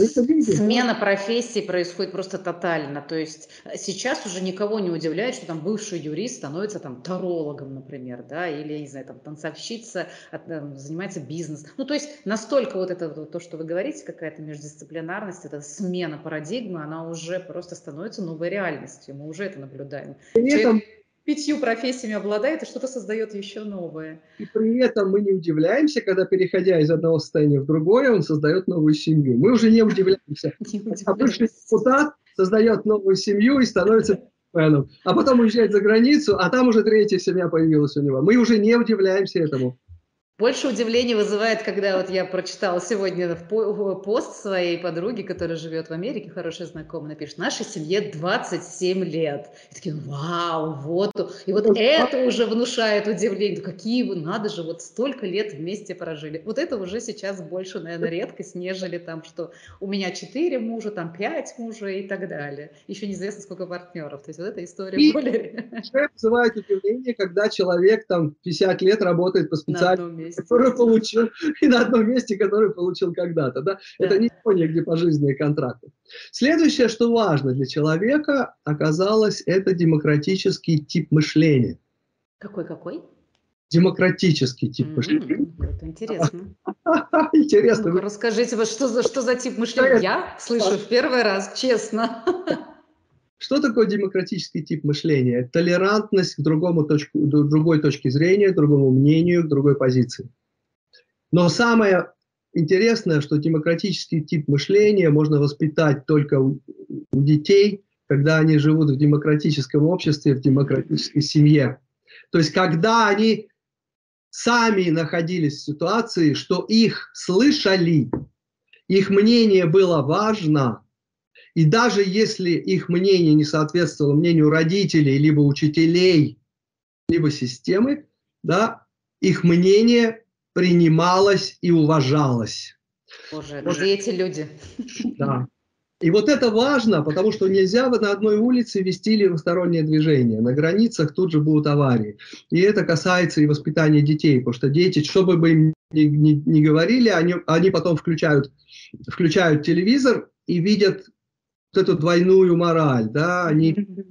Смена профессии происходит просто тотально. То есть сейчас уже никого не удивляет, что там бывший юрист становится там тарологом, например, да, или, не знаю, там танцовщица занимается бизнесом. Ну, то есть настолько вот это то, что вы говорите, какая-то междисциплинарность, эта смена парадигмы, она уже просто становится новой реальностью. Мы уже это наблюдаем. Человек 5 профессиями обладает и что-то создает еще новое. И при этом мы не удивляемся, когда, переходя из одного состояния в другое, он создает новую семью. Мы уже не удивляемся. А бывший депутат создает новую семью и становится фэном. А потом уезжает за границу, а там уже третья семья появилась у него. Мы уже не удивляемся этому. Больше удивления вызывает, когда вот я прочитала сегодня пост своей подруги, которая живет в Америке, хорошая знакомая, напишет: нашей семье 27 лет. И такие: вау, вот. И вот это уже внушает удивление. Какие вы, надо же, вот столько лет вместе прожили. Вот это уже сейчас больше, наверное, редкость, нежели там, что у меня 4 мужа, там 5 мужей и так далее. Еще неизвестно, сколько партнеров. То есть вот эта история более... Вызывает удивление, когда человек там 50 лет работает по специальности, который получил, и на одном месте, который получил когда-то. Да? Да. Это не где пожизненные контракты. Следующее, что важно для человека, оказалось, это демократический тип мышления. Какой? Демократический тип мышления. Это интересно. Интересно. Ну-ка, расскажите, вот что за тип мышления? Я слышу в первый раз, честно. Что такое демократический тип мышления? Это толерантность к другой точке зрения, к другому мнению, к другой позиции. Но самое интересное, что демократический тип мышления можно воспитать только у детей, когда они живут в демократическом обществе, в демократической семье. То есть, когда они сами находились в ситуации, что их слышали, их мнение было важно, и даже если их мнение не соответствовало мнению родителей, либо учителей, либо системы, да, их мнение принималось и уважалось. Боже, где эти люди? Да. И вот это важно, потому что нельзя на одной улице вести левостороннее движение. На границах тут же будут аварии. И это касается и воспитания детей, потому что дети, что бы им ни говорили, они потом включают телевизор и видят вот эту двойную мораль, да, они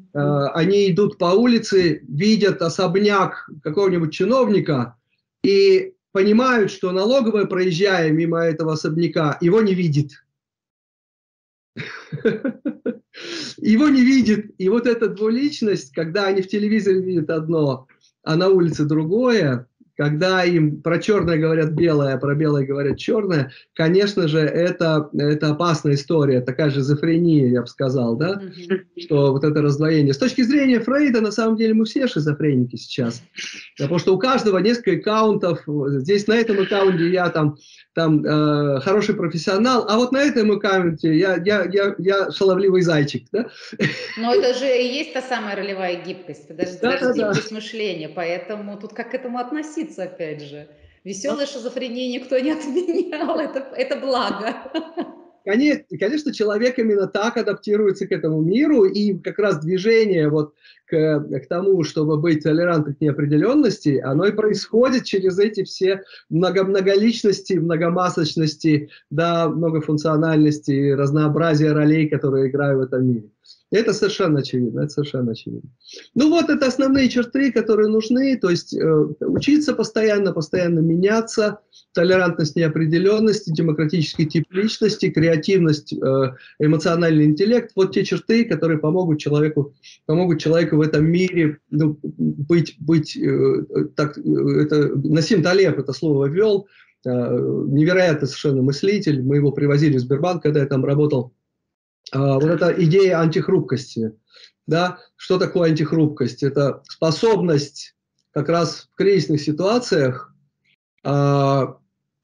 идут по улице, видят особняк какого-нибудь чиновника и понимают, что налоговая, проезжая мимо этого особняка, его не видит. Его не видит. И вот эта двуличность, когда они в телевизоре видят одно, а на улице другое, когда им про черное говорят белое, а про белое говорят черное, конечно же, это опасная история, такая шизофрения, я бы сказал, да, что вот это раздвоение. С точки зрения Фрейда, на самом деле, мы все шизофреники сейчас, потому что у каждого несколько аккаунтов, здесь на этом аккаунте я там хороший профессионал, а вот на этом аккаунте я шаловливый зайчик, да? Но это же и есть та самая ролевая гибкость, гибкость мышления, поэтому тут как к этому относиться, опять же. Веселая шизофрения никто не отменял, это благо. Конечно, человек именно так адаптируется к этому миру, и как раз движение вот к тому, чтобы быть толерантным к неопределенности, оно и происходит через эти все многоличности, многомасочности, да, многофункциональности, разнообразие ролей, которые играю в этом мире. Это совершенно очевидно, это совершенно очевидно. Ну вот, это основные черты, которые нужны, то есть учиться постоянно, постоянно меняться, толерантность неопределенности, демократический тип личности, креативность, эмоциональный интеллект, вот те черты, которые помогут человеку в этом мире быть Насим Талеб это слово ввел, невероятный совершенно мыслитель, мы его привозили в Сбербанк, когда я там работал. Вот эта идея антихрупкости. Да? Что такое антихрупкость? Это способность как раз в кризисных ситуациях, когда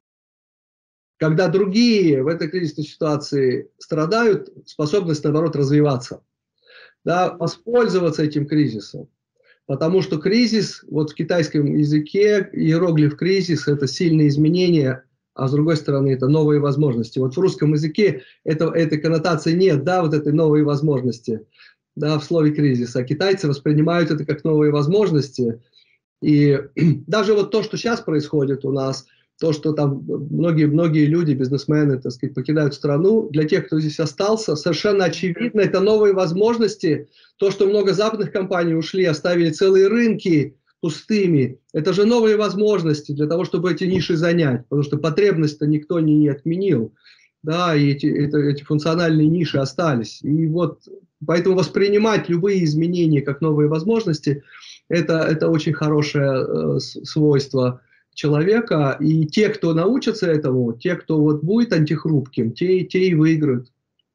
другие в этой кризисной ситуации страдают, способность, наоборот, развиваться. Да? Воспользоваться этим кризисом. Потому что кризис, вот в китайском языке иероглиф кризис – это сильные изменения, а с другой стороны, это новые возможности. Вот в русском языке этой коннотации нет, да, вот этой новой возможности, да, в слове кризис. А китайцы воспринимают это как новые возможности. И даже вот то, что сейчас происходит у нас, то, что там многие люди, бизнесмены, так сказать, покидают страну, для тех, кто здесь остался, совершенно очевидно, это новые возможности. То, что много западных компаний ушли, оставили целые рынки пустыми, это же новые возможности для того, чтобы эти ниши занять, потому что потребность-то никто не отменил, да, и эти функциональные ниши остались. И вот поэтому воспринимать любые изменения как новые возможности, это очень хорошее свойство человека, и те, кто научатся этому, те, кто вот будет антихрупким, те и выиграют.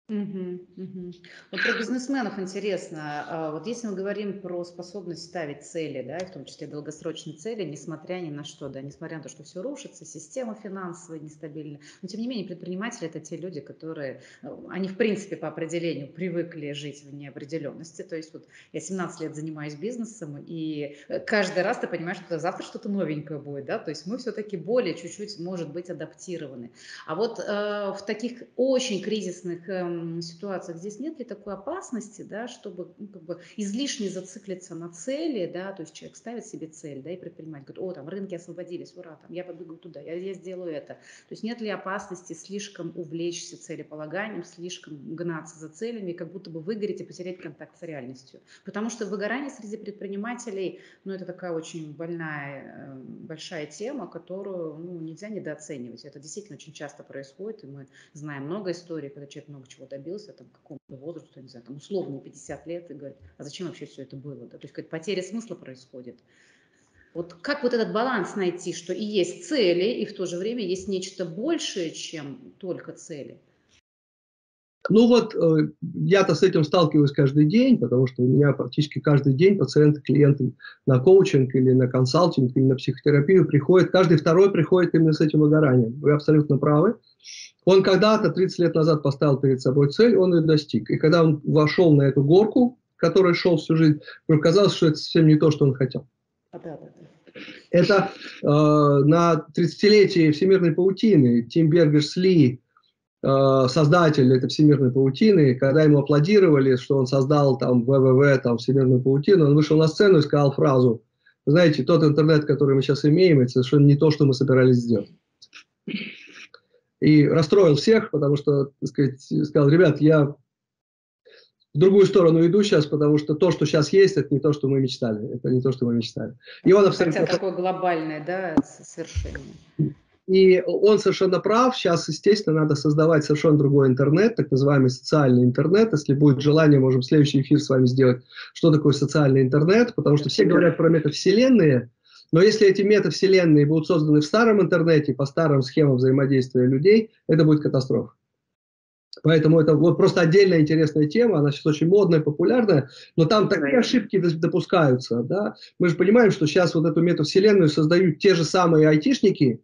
Вот про бизнесменов интересно. Вот если мы говорим про способность ставить цели, да, и в том числе долгосрочные цели, несмотря ни на что, да, несмотря на то, что все рушится, система финансовая нестабильна, но тем не менее предприниматели – это те люди, которые, они в принципе по определению привыкли жить в неопределенности. То есть вот я 17 лет занимаюсь бизнесом, и каждый раз ты понимаешь, что завтра что-то новенькое будет, да, то есть мы все-таки более чуть-чуть, может быть, адаптированы. А вот в таких очень кризисных ситуациях здесь нет ли такой опасности, да, чтобы как бы излишне зациклиться на цели, да, то есть человек ставит себе цель, да, и предприниматель говорит: о, там рынки освободились, ура, там я побегу туда, я сделаю это. То есть нет ли опасности слишком увлечься целеполаганием, слишком гнаться за целями, как будто бы выгореть и потерять контакт с реальностью? Потому что выгорание среди предпринимателей, ну, это такая очень большая тема, которую, ну, нельзя недооценивать. Это действительно очень часто происходит, и мы знаем много историй, когда человек много чего добился, там, к какому-то возрасту, не знаю, там, условно 50 лет, и говорит: а зачем вообще все это было? Да? То есть какая-то потеря смысла происходит. Вот как вот этот баланс найти, что и есть цели, и в то же время есть нечто большее, чем только цели? Ну вот, я-то с этим сталкиваюсь каждый день, потому что у меня практически каждый день пациенты, клиенты на коучинг или на консалтинг, или на психотерапию приходят, каждый второй приходит именно с этим выгоранием. Вы абсолютно правы. Он когда-то, 30 лет назад, поставил перед собой цель, он ее достиг. И когда он вошел на эту горку, которой шел всю жизнь, ему казалось, что это совсем не то, что он хотел. Это на 30-летие всемирной паутины Тим Бернерс-Ли, создатель этой всемирной паутины, когда ему аплодировали, что он создал там ВВВ, там всемирную паутину, он вышел на сцену и сказал фразу: знаете, тот интернет, который мы сейчас имеем, это совершенно не то, что мы собирались сделать. И расстроил всех, потому что, так сказать, сказал: ребят, я в другую сторону иду сейчас, потому что то, что сейчас есть, это не то, что мы мечтали. Это не то, что мы мечтали. И он абсолютно... Хотя такое глобальное, да, свершение. И он совершенно прав. Сейчас, естественно, надо создавать совершенно другой интернет, так называемый социальный интернет. Если будет желание, можем следующий эфир с вами сделать, что такое социальный интернет, потому что все говорят про метавселенные, но если эти метавселенные будут созданы в старом интернете, по старым схемам взаимодействия людей, это будет катастрофа. Поэтому это вот просто отдельная интересная тема, она сейчас очень модная, популярная, но там такие ошибки допускаются. Да? Мы же понимаем, что сейчас вот эту метавселенную создают те же самые айтишники.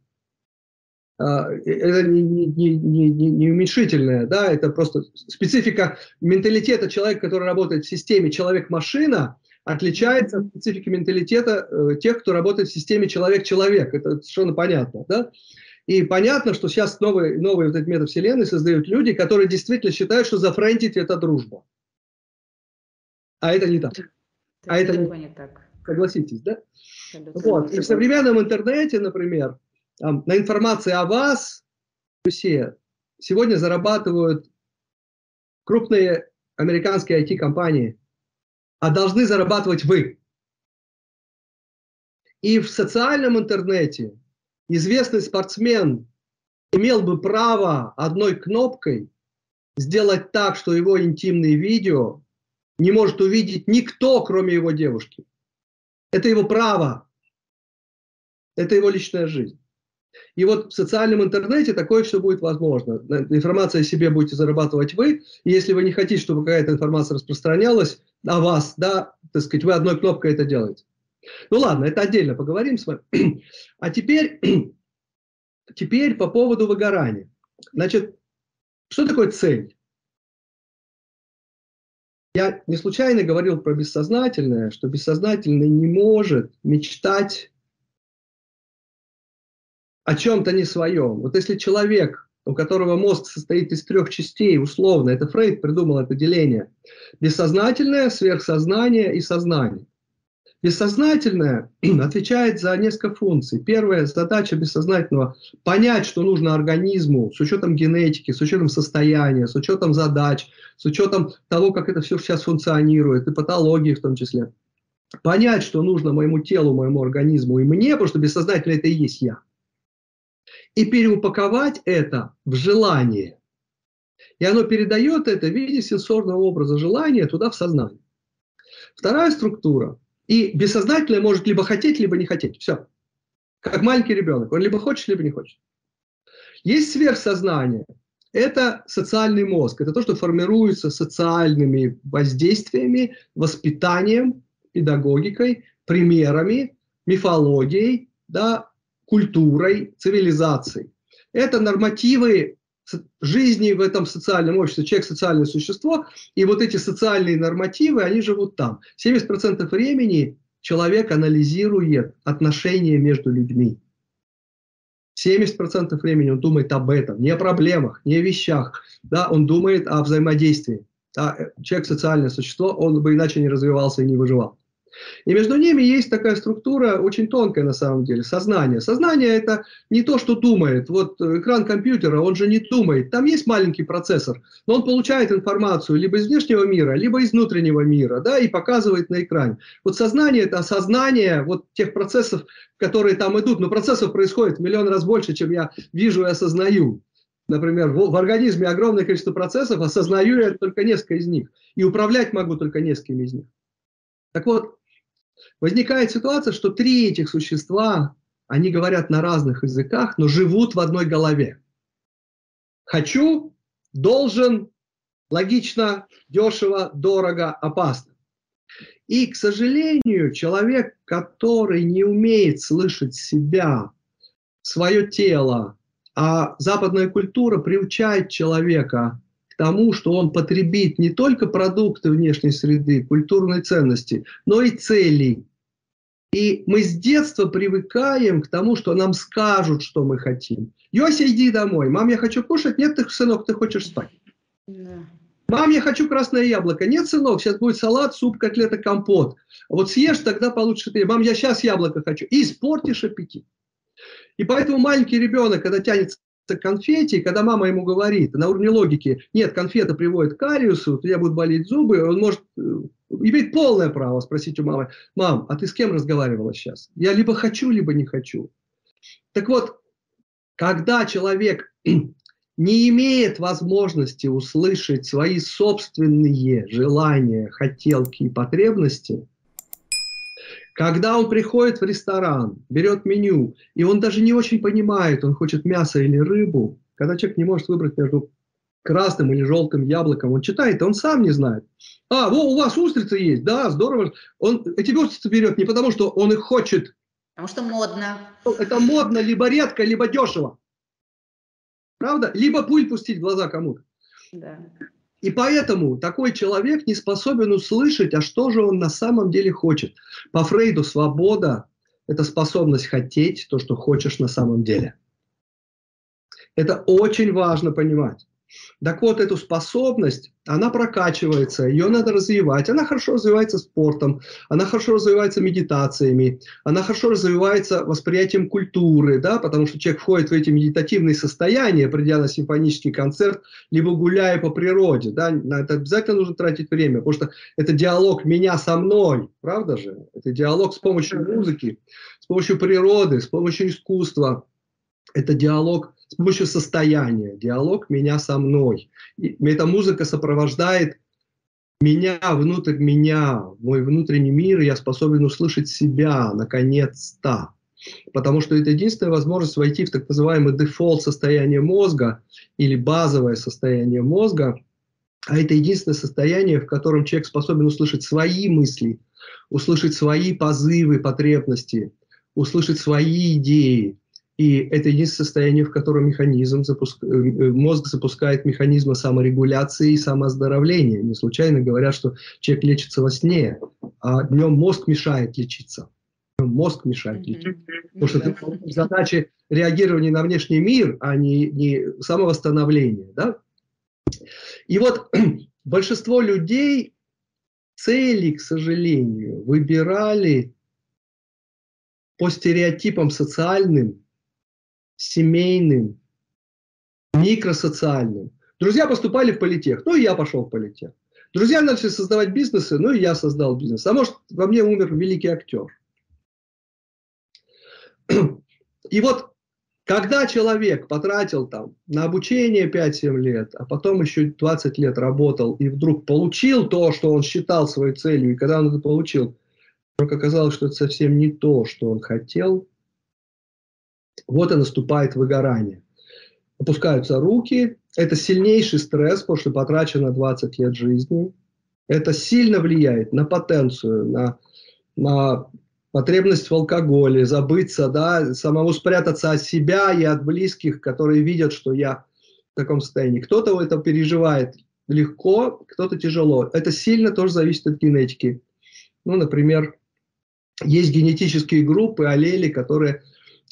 Это не уменьшительное, да, это просто специфика менталитета человека, который работает в системе человек-машина, отличается от специфики менталитета тех, кто работает в системе человек-человек. Это совершенно понятно, да? И понятно, что сейчас новые вот эти метавселенные создают люди, которые действительно считают, что зафрендить – это дружба. А это не так. Это не так. Согласитесь, да? Вот. И в современном интернете, например, на информации о вас все сегодня зарабатывают крупные американские IT-компании, а должны зарабатывать вы. И в социальном интернете известный спортсмен имел бы право одной кнопкой сделать так, что его интимные видео не может увидеть никто, кроме его девушки. Это его право. Это его личная жизнь. И вот в социальном интернете такое все будет возможно. Информация о себе будете зарабатывать вы. И если вы не хотите, чтобы какая-то информация распространялась о вас, да, так сказать, вы одной кнопкой это делаете. Ну ладно, это отдельно поговорим с вами. А теперь по поводу выгорания. Значит, что такое цель? Я не случайно говорил про бессознательное, что бессознательное не может мечтать о чем-то не своем. Вот если человек, у которого мозг состоит из 3 частей, условно, это Фрейд придумал это деление, бессознательное, сверхсознание и сознание. Бессознательное отвечает за несколько функций. Первая задача бессознательного – понять, что нужно организму с учетом генетики, с учетом состояния, с учетом задач, с учетом того, как это все сейчас функционирует, и патологии в том числе. Понять, что нужно моему телу, моему организму и мне, потому что бессознательно это и есть я. И переупаковать это в желание. И оно передает это в виде сенсорного образа желания туда в сознание. Вторая структура. И бессознательное может либо хотеть, либо не хотеть. Все. Как маленький ребенок. Он либо хочет, либо не хочет. Есть сверхсознание. Это социальный мозг. Это то, что формируется социальными воздействиями, воспитанием, педагогикой, примерами, мифологией, да, культурой, цивилизацией. Это нормативы жизни в этом социальном обществе. Человек – социальное существо, и вот эти социальные нормативы, они живут там. 70% времени человек анализирует отношения между людьми. 70% времени он думает об этом, не о проблемах, не о вещах. Да, он думает о взаимодействии. Да, человек – социальное существо, он бы иначе не развивался и не выживал. И между ними есть такая структура, очень тонкая на самом деле, сознание. Сознание – это не то, что думает. Вот экран компьютера, он же не думает. Там есть маленький процессор, но он получает информацию либо из внешнего мира, либо из внутреннего мира, да, и показывает на экране. Вот сознание – это осознание вот тех процессов, которые там идут. Но процессов происходит в миллион раз больше, чем я вижу и осознаю. Например, в организме огромное количество процессов, осознаю я только несколько из них. И управлять могу только несколькими из них. Так вот, возникает ситуация, что 3 этих существа, они говорят на разных языках, но живут в одной голове. Хочу, должен, логично, дешево, дорого, опасно. И, к сожалению, человек, который не умеет слышать себя, свое тело, а западная культура приучает человека к тому, что он потребит не только продукты внешней среды, культурные ценности, но и цели. И мы с детства привыкаем к тому, что нам скажут, что мы хотим. Йося, иди домой. Мам, я хочу кушать. Нет, ты, сынок, ты хочешь спать. Да. Мам, я хочу красное яблоко. Нет, сынок, сейчас будет салат, суп, котлета, компот. Вот съешь, тогда получше ты. Мам, я сейчас яблоко хочу. И испортишь аппетит. И поэтому маленький ребенок, когда тянется к конфете, когда мама ему говорит на уровне логики, нет, конфета приводит к кариесу, то я буду болеть зубы, он может иметь полное право спросить у мамы: мам, а ты с кем разговаривала сейчас? Я либо хочу, либо не хочу. Так вот, Когда человек не имеет возможности услышать свои собственные желания, хотелки и потребности, когда он приходит в ресторан, берет меню, и он даже не очень понимает, он хочет мясо или рыбу, когда человек не может выбрать между красным или желтым яблоком, он читает, он сам не знает. А, у вас устрицы есть, да, здорово. Он эти устрицы берет не потому, что он их хочет. Потому что модно. Это модно, либо редко, либо дешево. Правда? Либо пуль пустить в глаза кому-то. Да. И поэтому такой человек не способен услышать, а что же он на самом деле хочет. По Фрейду свобода – это способность хотеть то, что хочешь на самом деле. Это очень важно понимать. Так вот, эту способность, она прокачивается, ее надо развивать. Она хорошо развивается спортом, она хорошо развивается медитациями, она хорошо развивается восприятием культуры, да, потому что человек входит в эти медитативные состояния, придя на симфонический концерт, либо гуляя по природе. Да, на это обязательно нужно тратить время, потому что это диалог меня со мной, правда же? Это диалог с помощью музыки, с помощью природы, с помощью искусства. Это диалог с помощью состояния, диалог меня со мной. И эта музыка сопровождает меня, внутрь меня, мой внутренний мир, и я способен услышать себя, наконец-то. Потому что это единственная возможность войти в так называемый дефолт состояние мозга или базовое состояние мозга. А это единственное состояние, в котором человек способен услышать свои мысли, услышать свои позывы, потребности, услышать свои идеи. И это единственное состояние, в котором мозг запускает механизмы саморегуляции и самооздоровления. Не случайно говорят, что человек лечится во сне, а днем мозг мешает лечиться. Днем мозг мешает лечиться. Потому что это задача реагирования на внешний мир, а не самовосстановления. Да? И вот большинство людей цели, к сожалению, выбирали по стереотипам социальным, семейным, микросоциальным. Друзья поступали в политех, ну и я пошел в политех. Друзья начали создавать бизнесы, ну и я создал бизнес. А может, во мне умер великий актер. И вот, когда человек потратил там на обучение 5-7 лет, а потом еще 20 лет работал и вдруг получил то, что он считал своей целью, и когда он это получил, вдруг оказалось, что это совсем не то, что он хотел, вот и наступает выгорание. Опускаются руки. Это сильнейший стресс, потому что потрачено 20 лет жизни. Это сильно влияет на потенцию, на потребность в алкоголе, забыться, да, самому спрятаться от себя и от близких, которые видят, что я в таком состоянии. Кто-то это переживает легко, кто-то тяжело. Это сильно тоже зависит от генетики. Ну, например, есть генетические группы, аллели, которые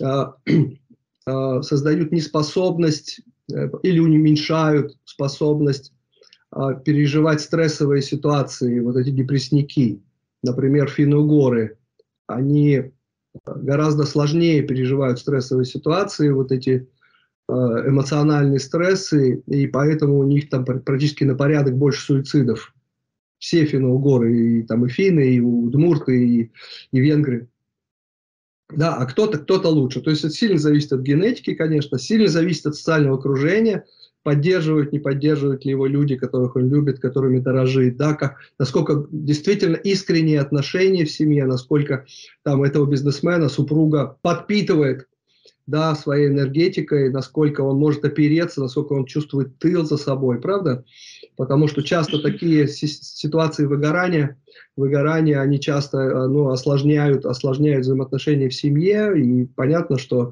создают неспособность или уменьшают способность переживать стрессовые ситуации, вот эти депрессники, например, финно-угоры, они гораздо сложнее переживают стрессовые ситуации, вот эти эмоциональные стрессы, и поэтому у них там практически на порядок больше суицидов. Все финно-угоры, и там и финны, и удмурты, и венгры. Да, а кто-то лучше. То есть это сильно зависит от генетики, конечно, сильно зависит от социального окружения, поддерживают, не поддерживают ли его люди, которых он любит, которыми дорожит, да, насколько действительно искренние отношения в семье, насколько там этого бизнесмена супруга подпитывает, да, своей энергетикой, насколько он может опереться, насколько он чувствует тыл за собой, правда? Потому что часто такие ситуации выгорания, они часто осложняют взаимоотношения в семье, и понятно, что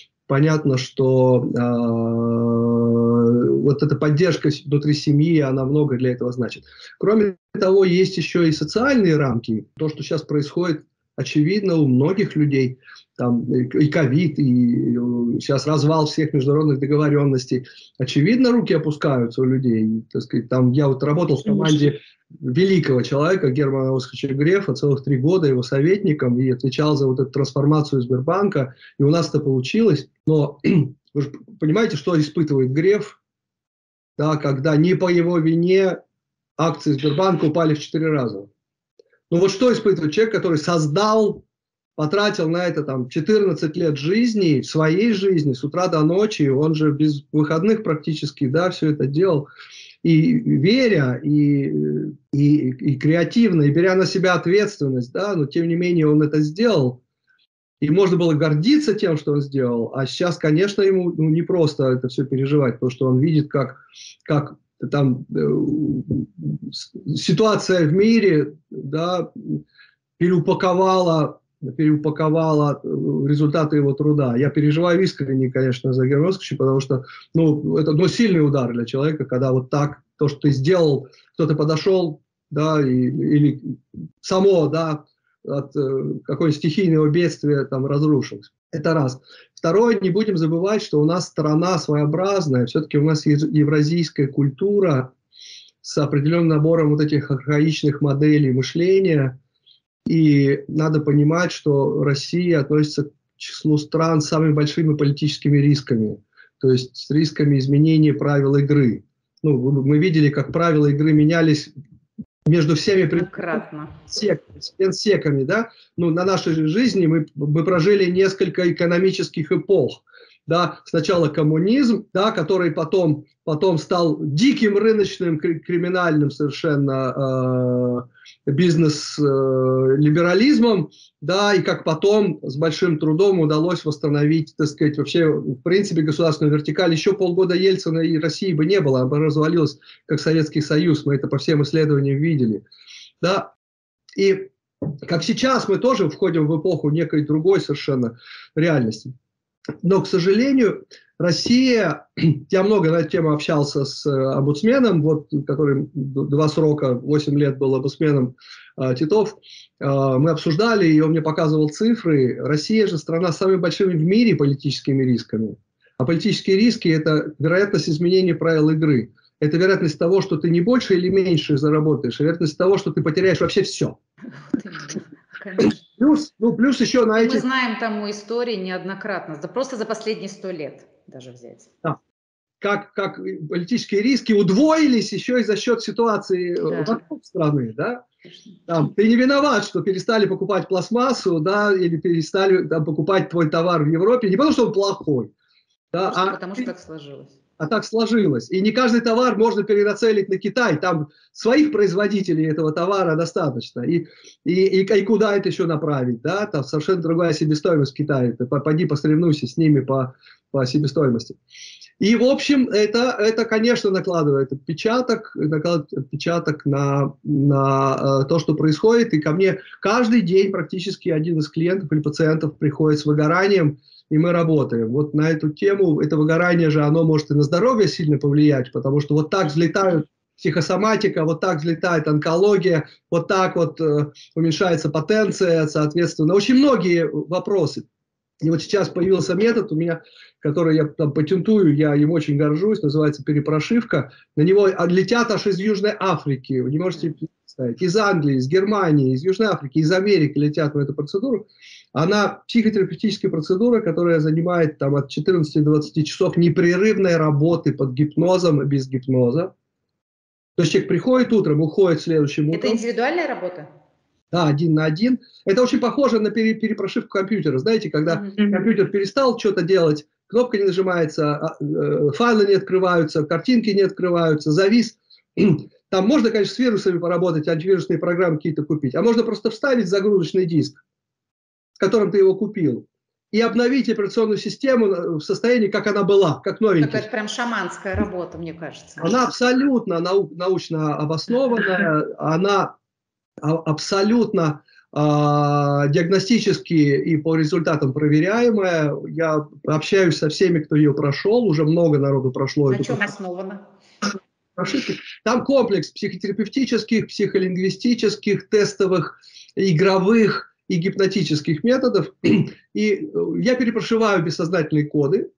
вот эта поддержка внутри семьи, она много для этого значит. Кроме того, есть еще и социальные рамки. То, что сейчас происходит, очевидно, у многих людей, там и ковид, и сейчас развал всех международных договоренностей. Очевидно, руки опускаются у людей. Так сказать, там, я вот работал в команде великого человека Германа Оскаровича Грефа целых 3 года его советником и отвечал за вот эту трансформацию Сбербанка. И у нас это получилось. Но вы же понимаете, что испытывает Греф, да, когда не по его вине акции Сбербанка упали в 4 раза. Ну вот что испытывает человек, который создал потратил на это там 14 лет жизни, своей жизни, с утра до ночи, он же без выходных практически, да, все это делал. И веря, и креативно, и беря на себя ответственность, да, но тем не менее он это сделал. И можно было гордиться тем, что он сделал. А сейчас, конечно, ему не просто это все переживать, потому что он видит, как там ситуация в мире, да, переупаковала результаты его труда. Я переживаю искренне, конечно, за Германовского, потому что это сильный удар для человека, когда вот так, то, что ты сделал, кто-то подошел, да, или само, да, от какого-нибудь стихийного бедствия там разрушилось. Это раз. Второе, не будем забывать, что у нас страна своеобразная, все-таки у нас евразийская культура с определенным набором вот этих архаичных моделей мышления. И надо понимать, что Россия относится к числу стран с самыми большими политическими рисками, то есть с рисками изменения правил игры. Мы видели, как правила игры менялись между всеми секами, да? На нашей жизни мы прожили несколько экономических эпох. Да? Сначала коммунизм, да, который потом стал диким рыночным, криминальным совершенно бизнес-либерализмом, да, и как потом с большим трудом удалось восстановить, так сказать, вообще, в принципе, государственную вертикаль. Еще полгода Ельцина и России бы не было, она бы развалилась, как Советский Союз, мы это по всем исследованиям видели. Да? И как сейчас мы тоже входим в эпоху некой другой совершенно реальности. Но, к сожалению, Россия, я много на эту тему общался с омбудсменом, который 2 срока, 8 лет был омбудсменом Титов, мы обсуждали, и он мне показывал цифры. Россия же страна с самыми большими в мире политическими рисками. А политические риски – это вероятность изменения правил игры. Это вероятность того, что ты не больше или меньше заработаешь, а вероятность того, что ты потеряешь вообще все. Плюс еще на эти... Мы знаем тому истории неоднократно, просто за последние 100 лет даже взять. Да. Как политические риски удвоились еще и за счет ситуации вокруг страны. Да? Ты не виноват, что перестали покупать пластмассу, да, или перестали покупать твой товар в Европе, не потому что он плохой. Да, потому что так сложилось. А так сложилось. И не каждый товар можно перенацелить на Китай. Там своих производителей этого товара достаточно. И куда это еще направить? Да? Там совершенно другая себестоимость в Китае. Ты пойди посоревнуйся с ними по себестоимости. И, в общем, это конечно, накладывает отпечаток на то, что происходит. И ко мне каждый день практически один из клиентов или пациентов приходит с выгоранием, и мы работаем. Вот на эту тему, это выгорание же, оно может и на здоровье сильно повлиять, потому что вот так взлетают психосоматика, вот так взлетает онкология, вот так вот уменьшается потенция, соответственно. Очень многие вопросы. И вот сейчас появился метод у меня, который я там патентую, я им очень горжусь, называется перепрошивка. На него летят аж из Южной Африки, вы не можете представить, из Англии, из Германии, из Южной Африки, из Америки летят в эту процедуру. Она психотерапевтическая процедура, которая занимает там, от 14 до 20 часов непрерывной работы под гипнозом и без гипноза. То есть человек приходит утром, уходит следующим утром. Это индивидуальная работа? Да, 1 на 1. Это очень похоже на перепрошивку компьютера. Знаете, когда компьютер перестал что-то делать, кнопка не нажимается, файлы не открываются, картинки не открываются, завис. Там можно, конечно, с вирусами поработать, антивирусные программы какие-то купить, а можно просто вставить загрузочный диск, с которым ты его купил, и обновить операционную систему в состоянии, как она была, как новенькая. Какая-то прям шаманская работа, мне кажется. Она абсолютно научно обоснованная, она абсолютно диагностически и по результатам проверяемая. Я общаюсь со всеми, кто ее прошел, уже много народу прошло. На чем основано? Там комплекс психотерапевтических, психолингвистических, тестовых, игровых и гипнотических методов. И я перепрошиваю бессознательные коды,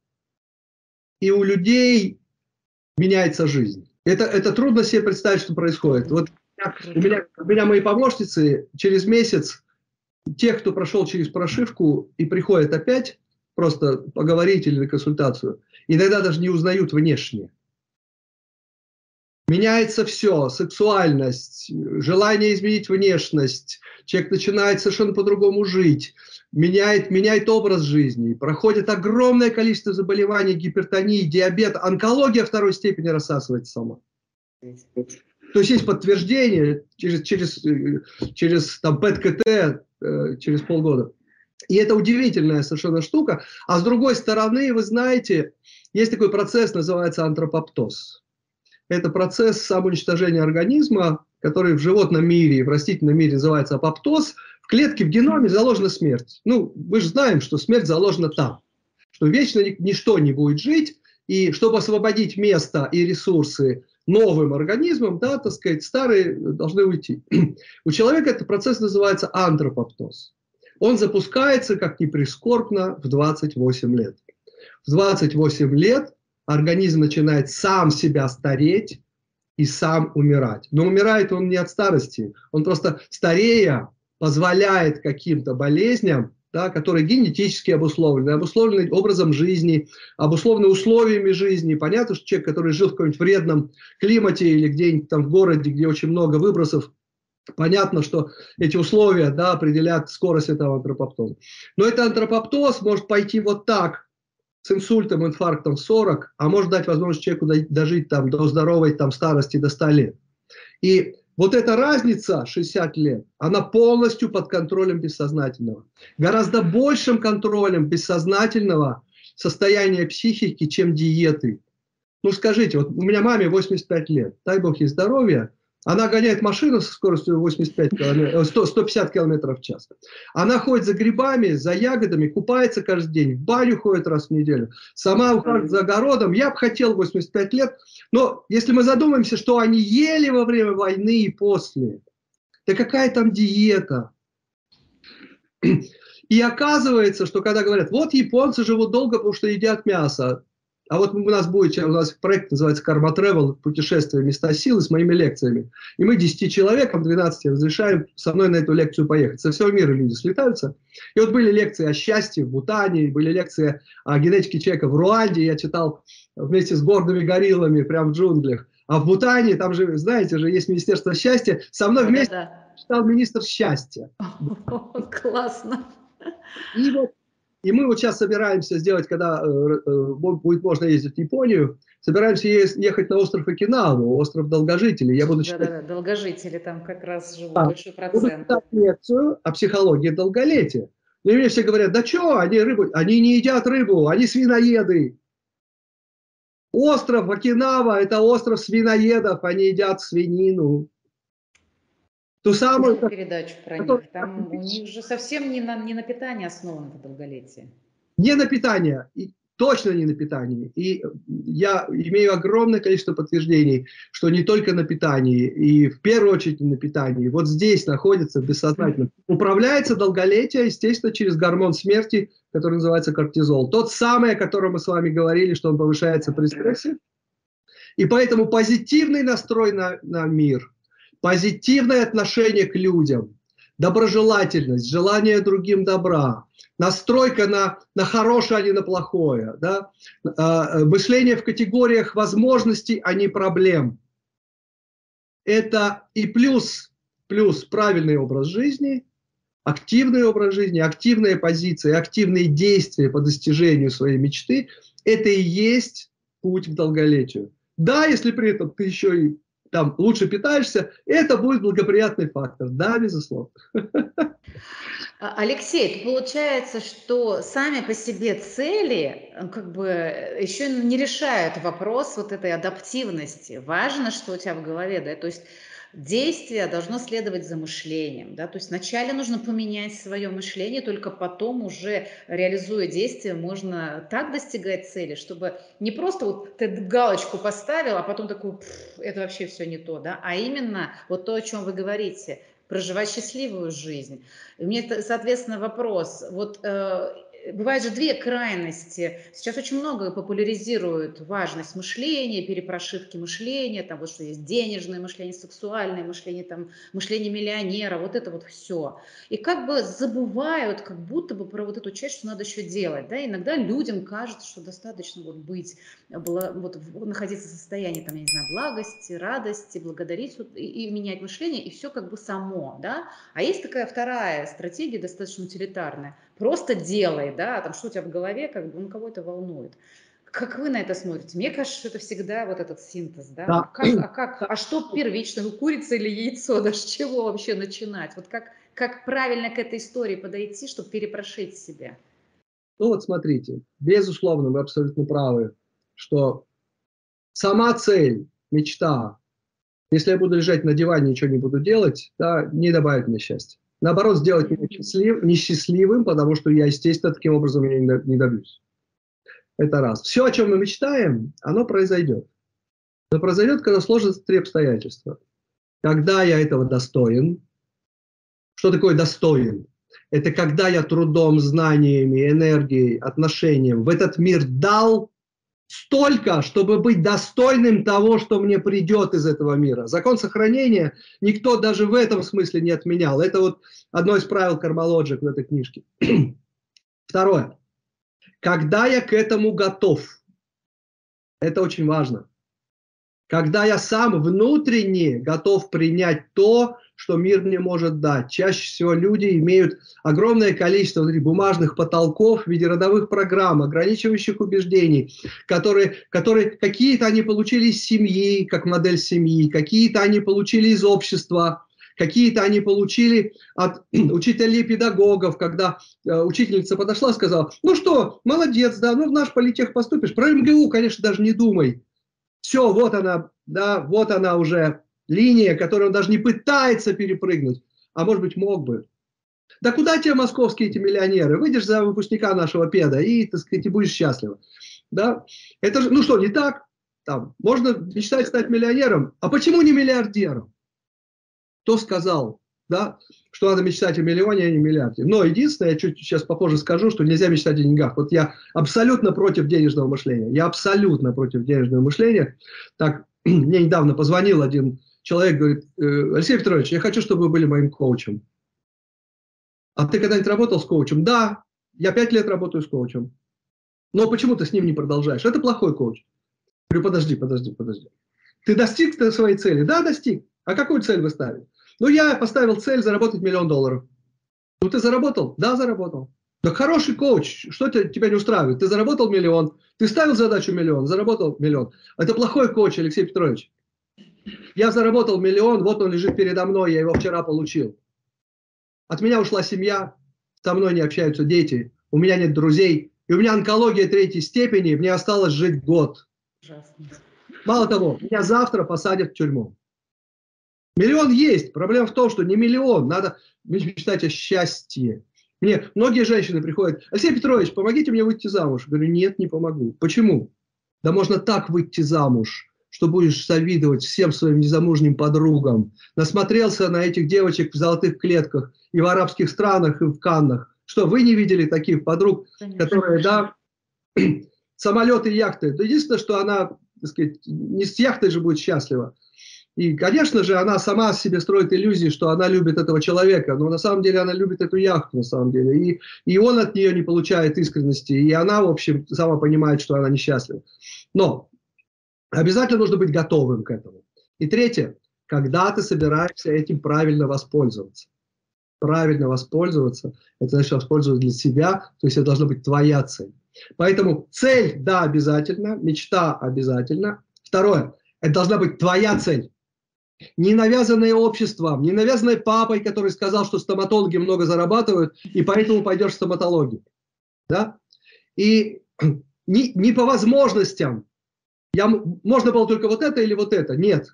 и у людей меняется жизнь. Это трудно себе представить, что происходит. Вот у меня мои помощницы через месяц, тех, кто прошел через прошивку и приходят опять просто поговорить или на консультацию, иногда даже не узнают внешне. Меняется все, сексуальность, желание изменить внешность, человек начинает совершенно по-другому жить, меняет образ жизни, проходит огромное количество заболеваний, гипертонии, диабет, онкология второй степени рассасывается сама. То есть есть подтверждение через там, ПЭТ-КТ через полгода. И это удивительная совершенно штука. А с другой стороны, вы знаете, есть такой процесс, называется антропоптоз. Это процесс самоуничтожения организма, который в животном мире и в растительном мире называется апоптоз. В клетке, в геноме заложена смерть. Ну, мы же знаем, что смерть заложена там. Что вечно ничто не будет жить. И чтобы освободить место и ресурсы новым организмам, да, так сказать, старые должны уйти. У человека этот процесс называется антропоптоз. Он запускается, как ни прискорбно, в 28 лет. В 28 лет организм начинает сам себя стареть и сам умирать. Но умирает он не от старости, он просто старея позволяет каким-то болезням, да, которые генетически обусловлены образом жизни, обусловлены условиями жизни. Понятно, что человек, который жил в каком-нибудь вредном климате или где-нибудь там в городе, где очень много выбросов, понятно, что эти условия, да, определяют скорость этого антропоптоза. Но этот антропоптоз может пойти вот так, с инсультом, инфарктом в 40, а может дать возможность человеку дожить там, до здоровой там, старости до 100 лет. И вот эта разница, 60 лет, она полностью под контролем бессознательного. Гораздо большим контролем бессознательного состояния психики, чем диеты. Ну скажите, вот у меня маме 85 лет, дай бог ей здоровья, она гоняет машину со скоростью 150 км в час. Она ходит за грибами, за ягодами, купается каждый день, в баню ходит раз в неделю. Сама ухаживает за огородом. Я бы хотел 85 лет. Но если мы задумаемся, что они ели во время войны и после, да какая там диета? И оказывается, что когда говорят, вот японцы живут долго, потому что едят мясо. А вот у нас проект называется Karma Travel, путешествие в места силы с моими лекциями. И мы 10 человекам, 12 разрешаем со мной на эту лекцию поехать. Со всего мира люди слетаются. И вот были лекции о счастье в Бутане, были лекции о генетике человека в Руанде. Я читал вместе с гордыми гориллами прямо в джунглях. А в Бутане, там же, знаете же, есть Министерство счастья. Со мной вместе читал министр счастья. Классно. И мы вот сейчас собираемся сделать, когда будет можно ездить в Японию, собираемся ехать на остров Окинаву, остров долгожителей. Я буду читать... Да, долгожители, там как раз живут большой процент. Буду читать лекцию о психологии долголетия. И мне все говорят, да что, они не едят рыбу, они свиноеды. Остров Окинава – это остров свиноедов, они едят свинину. Ту самую передачу про них. Там у них же совсем не на питании основано это долголетие. Не на питание, точно не на питании. И я имею огромное количество подтверждений, что не только на питании, и в первую очередь на питании. Вот здесь находится бессознательно. Управляется долголетие, естественно, через гормон смерти, который называется кортизол. Тот самый, о котором мы с вами говорили, что он повышается при стрессе. И поэтому позитивный настрой на мир, позитивное отношение к людям, доброжелательность, желание другим добра, настройка на хорошее, а не на плохое, да? Мышление в категориях возможностей, а не проблем. Это и плюс правильный образ жизни, активные позиции, активные действия по достижению своей мечты. Это и есть путь к долголетию. Да, если при этом ты еще и там лучше питаешься, это будет благоприятный фактор. Да, безусловно. Алексей, получается, что сами по себе цели как бы еще не решают вопрос вот этой адаптивности. Важно, что у тебя в голове, да, то есть действие должно следовать за мышлением, да, то есть вначале нужно поменять свое мышление, только потом уже реализуя действие можно так достигать цели, чтобы не просто вот ты галочку поставил, а потом такой, это вообще все не то, да, а именно вот то, о чем вы говорите, проживать счастливую жизнь. И мне, соответственно, вопрос, вот бывают же две крайности. Сейчас очень много популяризируют важность мышления, перепрошивки мышления, там вот что есть денежное мышление, сексуальное мышление, там мышление миллионера, вот это вот все. И как бы забывают как будто бы про вот эту часть, что надо еще делать. Да? Иногда людям кажется, что достаточно вот быть, вот, находиться в состоянии, там, я не знаю, благости, радости, благодарить и менять мышление, и все как бы само. Да? А есть такая вторая стратегия, достаточно утилитарная. Просто делай, да, там что у тебя в голове, как бы, кого это волнует. Как вы на это смотрите? Мне кажется, что это всегда вот этот синтез, да? Да. А что первично, ну, курица или яйцо, да, с чего вообще начинать? Вот как правильно к этой истории подойти, чтобы перепрошить себя? Ну вот смотрите, безусловно, вы абсолютно правы, что сама цель, мечта, если я буду лежать на диване и ничего не буду делать, да, не добавит мне счастья. Наоборот, сделать меня несчастливым, потому что я, естественно, таким образом не добьюсь. Это раз. Все, о чем мы мечтаем, оно произойдет. Но произойдет, когда сложатся три обстоятельства. Когда я этого достоин. Что такое достоин? Это когда я трудом, знаниями, энергией, отношением в этот мир дал столько, чтобы быть достойным того, что мне придет из этого мира. Закон сохранения никто даже в этом смысле не отменял. Это вот одно из правил Karmalogic в этой книжке. Второе. Когда я к этому готов. Это очень важно. Когда я сам внутренне готов принять то, что мир мне может дать. Чаще всего люди имеют огромное количество бумажных потолков в виде родовых программ, ограничивающих убеждений, которые какие-то они получили из семьи, как модель семьи, какие-то они получили из общества, какие-то они получили от учителей педагогов, когда учительница подошла и сказала: ну что, молодец, да, ну в наш политех поступишь, про МГУ, конечно, даже не думай. Все, вот она, да, вот она уже линия, которую он даже не пытается перепрыгнуть, а может быть мог бы. Да куда тебе московские эти миллионеры? Выйдешь за выпускника нашего педа и, так сказать, и будешь счастлив. Да? Это же, ну что, не так? Там, можно мечтать стать миллионером, а почему не миллиардером? Кто сказал, да, что надо мечтать о миллионе, а не миллиарде? Но единственное, я чуть сейчас попозже скажу, что нельзя мечтать о деньгах. Вот я абсолютно против денежного мышления. Я абсолютно против денежного мышления. Так, мне недавно позвонил один человек, говорит: Алексей Петрович, я хочу, чтобы вы были моим коучем. А ты когда-нибудь работал с коучем? Да, я 5 лет работаю с коучем. Но почему ты с ним не продолжаешь? Это плохой коуч. Я говорю: подожди. Ты достиг своей цели? Да, достиг. А какую цель вы ставили? Ну, я поставил цель заработать $1 миллион. Ну, ты заработал? Да, заработал. Да хороший коуч, что тебя не устраивает? Ты заработал 1 миллион, ты ставил задачу 1 миллион, заработал 1 миллион. Это плохой коуч, Алексей Петрович. Я заработал 1 миллион, вот он лежит передо мной, я его вчера получил. От меня ушла семья, со мной не общаются дети, у меня нет друзей, и у меня онкология 3-й степени, мне осталось жить год. Ужасно. Мало того, меня завтра посадят в тюрьму. Миллион есть. Проблема в том, что не миллион. Надо мечтать о счастье. Мне многие женщины приходят: Алексей Петрович, помогите мне выйти замуж. Я говорю: нет, не помогу. Почему? Да можно так выйти замуж, что будешь завидовать всем своим незамужним подругам. Насмотрелся на этих девочек в золотых клетках и в арабских странах, и в Каннах. Что, вы не видели таких подруг, конечно, которые, да, самолеты и яхты? Да единственное, что она, так сказать, не с яхтой же будет счастлива. И, конечно же, она сама себе строит иллюзии, что она любит этого человека, но на самом деле она любит эту яхту, на самом деле. И он от нее не получает искренности, и она, в общем, сама понимает, что она несчастлива. Но обязательно нужно быть готовым к этому. И третье, когда ты собираешься этим правильно воспользоваться. Правильно воспользоваться, это значит воспользоваться для себя, то есть это должна быть твоя цель. Поэтому цель, да, обязательно, мечта обязательно. Второе, это должна быть твоя цель. Не навязанное обществом, не навязанное папой, который сказал, что стоматологи много зарабатывают, и поэтому пойдешь в стоматологию. Да? И не по возможностям. Можно было только вот это или вот это. Нет.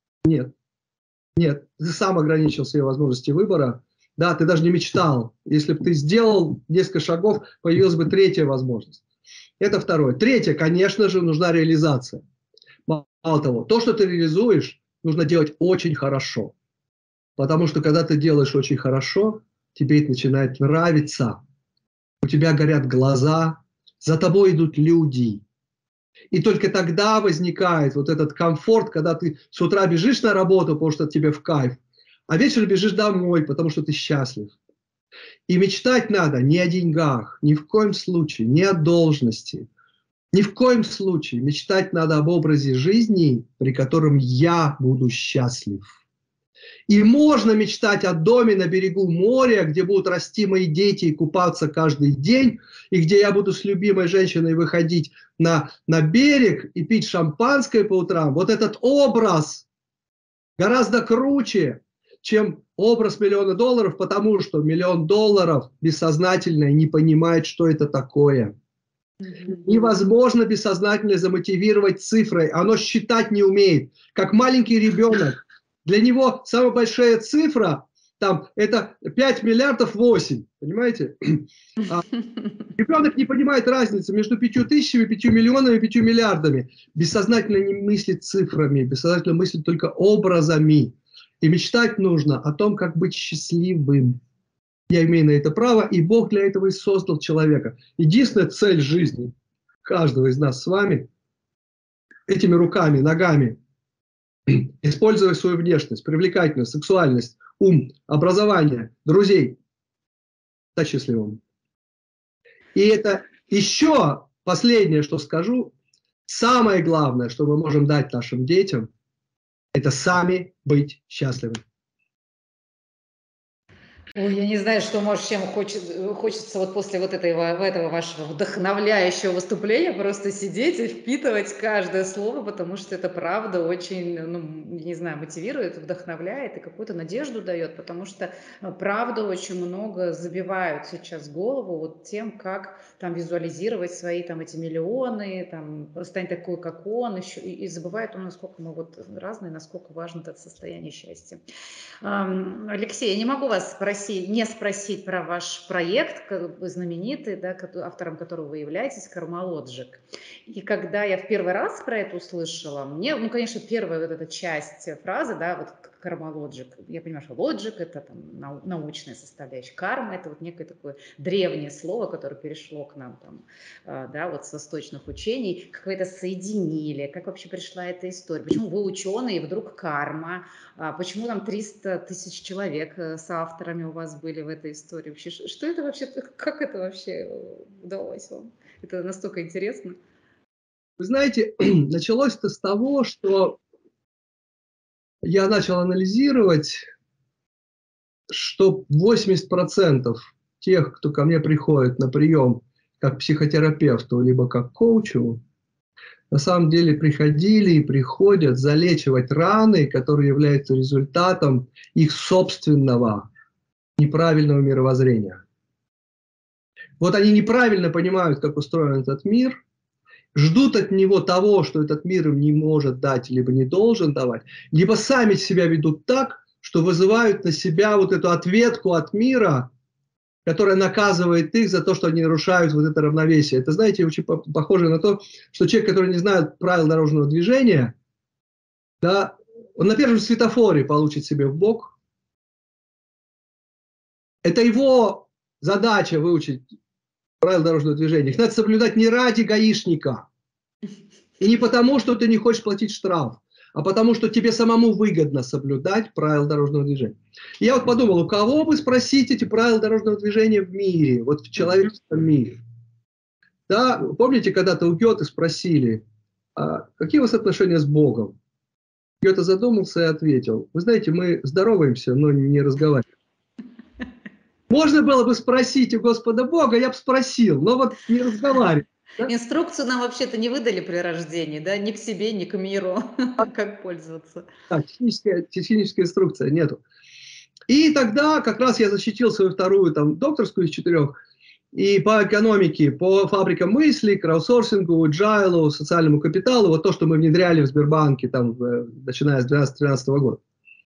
Ты сам ограничил свои возможности выбора. Да, ты даже не мечтал. Если бы ты сделал несколько шагов, появилась бы третья возможность. Это второе. Третье, конечно же, нужна реализация. Мало того, то, что ты реализуешь, нужно делать очень хорошо. Потому что, когда ты делаешь очень хорошо, тебе это начинает нравиться. у тебя горят глаза, за тобой идут люди. И только тогда возникает вот этот комфорт, когда ты с утра бежишь на работу, потому что тебе в кайф, а вечером бежишь домой, потому что ты счастлив. И мечтать надо не о деньгах, ни в коем случае, не о должности, ни в коем случае. Мечтать надо об образе жизни, при котором я буду счастлив. И можно мечтать о доме на берегу моря, где будут расти мои дети и купаться каждый день, и где я буду с любимой женщиной выходить на берег и пить шампанское по утрам. Вот этот образ гораздо круче, чем образ $1 000 000, потому что $1 000 000 бессознательно не понимает, что это такое. Невозможно бессознательно замотивировать цифрой. Оно считать не умеет. Как маленький ребенок. Для него самая большая цифра там, это 5 миллиардов 8. Понимаете? Ребенок не понимает разницы между 5 тысячами, 5 миллионами и 5 миллиардами. Бессознательно не мыслит цифрами. Бессознательно мыслит только образами. И мечтать нужно о том, как быть счастливым. Я имею на это право, и Бог для этого и создал человека. Единственная цель жизни каждого из нас с вами этими руками, ногами, используя свою внешность, привлекательность, сексуальность, ум, образование, друзей, стать счастливым. И это еще последнее, что скажу, самое главное, что мы можем дать нашим детям, это сами быть счастливыми. Ой, я не знаю, что, может, чем хочется вот после вот этого вашего вдохновляющего выступления просто сидеть и впитывать каждое слово, потому что это правда очень, ну, не знаю, мотивирует, вдохновляет и какую-то надежду дает, потому что правда очень много забивают сейчас голову вот тем, как там визуализировать свои там эти миллионы, там стань такой, как он, еще, и забывают, насколько мы вот разные, насколько важно это состояние счастья. Алексей, я не могу вас не спросить про ваш проект, знаменитый, да, автором которого вы являетесь, Karmalogic. И когда я в первый раз про это услышала, мне, ну, конечно, первая вот эта часть фразы, да, вот Karmalogic, я понимаю, что logic – это там научная составляющая, карма – это вот некое такое древнее слово, которое перешло к нам там, да, вот с восточных учений, как вы это соединили, как вообще пришла эта история, почему вы ученые, и вдруг карма, почему там 300 тысяч человек с авторами у вас были в этой истории, вообще, что это вообще, как это вообще удалось вам, это настолько интересно. Вы знаете, началось это с того, что я начал анализировать, что 80% тех, кто ко мне приходит на прием как психотерапевту, либо как коучу, на самом деле приходили и приходят залечивать раны, которые являются результатом их собственного неправильного мировоззрения. Вот они неправильно понимают, как устроен этот мир, ждут от него того, что этот мир им не может дать, либо не должен давать, либо сами себя ведут так, что вызывают на себя вот эту ответку от мира, которая наказывает их за то, что они нарушают вот это равновесие. Это, знаете, очень похоже на то, что человек, который не знает правил дорожного движения, да, он на первом светофоре получит себе в бок. Это его задача выучить правила дорожного движения. Их надо соблюдать не ради гаишника. И не потому, что ты не хочешь платить штраф, а потому, что тебе самому выгодно соблюдать правила дорожного движения. И я вот подумал, у кого бы спросить эти правила дорожного движения в мире, вот в человеческом мире? Да, помните, когда-то у Гёте спросили, какие у вас отношения с Богом? Гёте задумался и ответил, вы знаете, мы здороваемся, но не разговариваем. Можно было бы спросить у Господа Бога, я бы спросил, но вот не разговариваем. Да? Инструкцию нам вообще-то не выдали при рождении, да, ни к себе, ни к миру, как пользоваться. Так, техническая инструкция нету. И тогда как раз я защитил свою вторую там, докторскую из 4, и по экономике, по фабрикам мысли, краудсорсингу, agile, социальному капиталу, вот то, что мы внедряли в Сбербанке, там, начиная с 2013 года.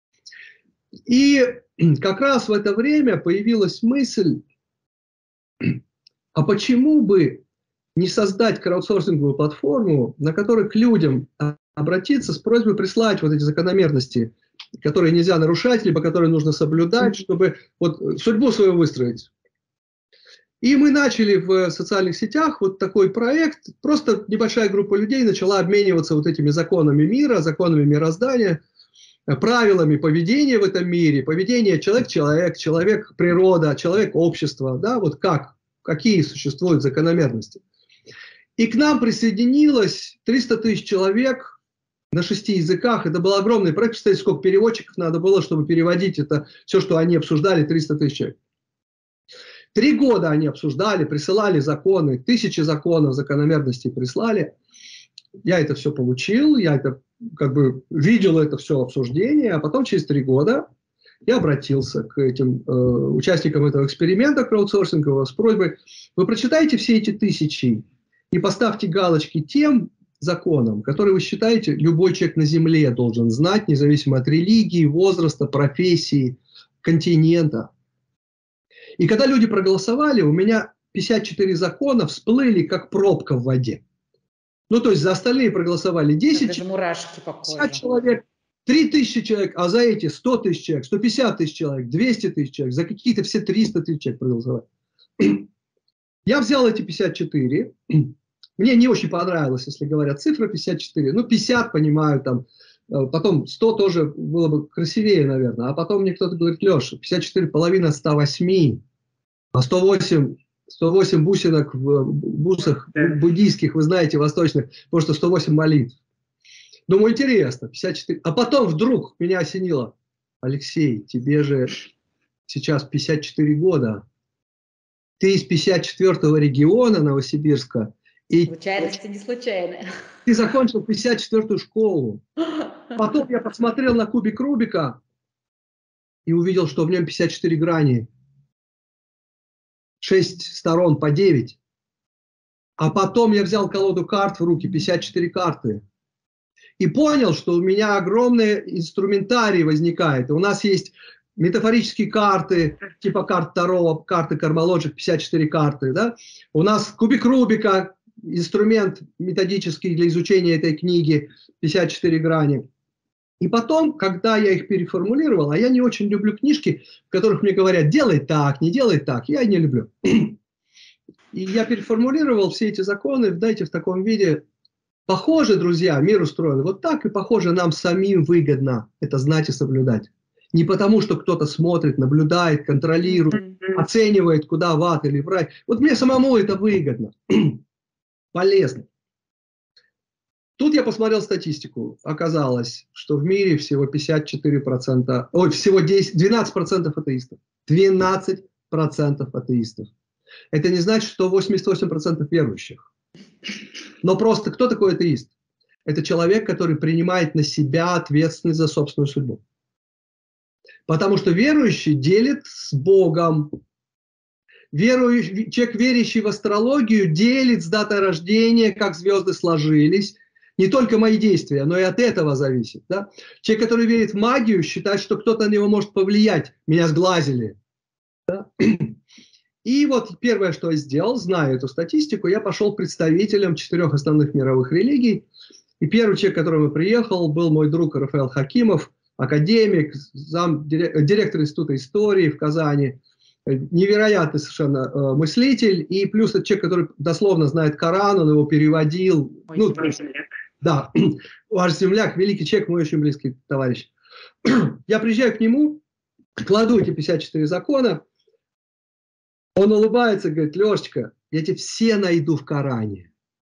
И как раз в это время появилась мысль, а почему бы не создать краудсорсинговую платформу, на которой к людям обратиться с просьбой прислать вот эти закономерности, которые нельзя нарушать, либо которые нужно соблюдать, чтобы вот судьбу свою выстроить. И мы начали в социальных сетях вот такой проект. Просто небольшая группа людей начала обмениваться вот этими законами мира, законами мироздания, правилами поведения в этом мире. Поведение человек-человек, человек-природа, человек-общество. Да, вот какие существуют закономерности. И к нам присоединилось 300 тысяч человек на 6 языках. Это был огромный проект. Представляете, сколько переводчиков надо было, чтобы переводить это все, что они обсуждали, 300 тысяч человек. 3 года они обсуждали, присылали законы, тысячи законов, закономерностей прислали. Я это все получил, я это видел это все обсуждение, а потом через 3 года я обратился к этим участникам этого эксперимента краудсорсингового с просьбой: вы прочитайте все эти тысячи и поставьте галочки тем законам, которые вы считаете, любой человек на Земле должен знать, независимо от религии, возраста, профессии, континента. И когда люди проголосовали, у меня 54 закона всплыли, как пробка в воде. Ну, то есть за остальные проголосовали 10 даже мурашки по коже. 50 человек, 3000 человек, а за эти 100 тысяч человек, 150 тысяч человек, 200 тысяч человек, за какие-то все 300 тысяч человек проголосовали. Я взял эти 54. Мне не очень понравилось, если говорят цифра 54. Ну, 50, понимаю, там. Потом 100 тоже было бы красивее, наверное. А потом мне кто-то говорит: Леша, 54 половина 108, а 108 бусинок в бусах буддийских, вы знаете, восточных, потому что 108 молитв. Думаю, интересно, 54. А потом вдруг меня осенило: Алексей, тебе же сейчас 54 года. Ты из 54-го региона Новосибирска. И случайности не случайные. Ты закончил 54-ю школу. Потом я посмотрел на кубик Рубика и увидел, что в нем 54 грани. 6 сторон по 9. А потом я взял колоду карт в руки, 54 карты. И понял, что у меня огромный инструментарий возникает. У нас есть метафорические карты, типа карт Таро, карты Кармалоджик, 54 карты. Да? У нас кубик Рубика, инструмент методический для изучения этой книги, 54 грани. И потом, когда я их переформулировал, а я не очень люблю книжки, в которых мне говорят: делай так, не делай так, я не люблю. И я переформулировал все эти законы, знаете, в таком виде. Похоже, друзья, мир устроен вот так, и похоже, нам самим выгодно это знать и соблюдать. Не потому, что кто-то смотрит, наблюдает, контролирует, оценивает, куда в ад или в рай. Вот мне самому это выгодно, полезно. Тут я посмотрел статистику. Оказалось, что в мире всего 54%, всего 12% атеистов. 12% атеистов. Это не значит, что 88% верующих. Но просто кто такой атеист? Это человек, который принимает на себя ответственность за собственную судьбу. Потому что верующий делит с Богом. Человек, верящий в астрологию, делит с датой рождения, как звезды сложились. Не только мои действия, но и от этого зависит. Да? Человек, который верит в магию, считает, что кто-то на него может повлиять. Меня сглазили. Да? И вот первое, что я сделал, зная эту статистику, я пошел к представителям 4 основных мировых религий. И первый человек, к которому я приехал, был мой друг Рафаэль Хакимов, академик, директор Института истории в Казани. Невероятный совершенно мыслитель. И плюс это человек, который дословно знает Коран, он его переводил. Да, ваш земляк, великий человек, мой очень близкий товарищ. Я приезжаю к нему, кладу эти 54 закона, он улыбается, говорит: Лешечка, я тебе все найду в Коране.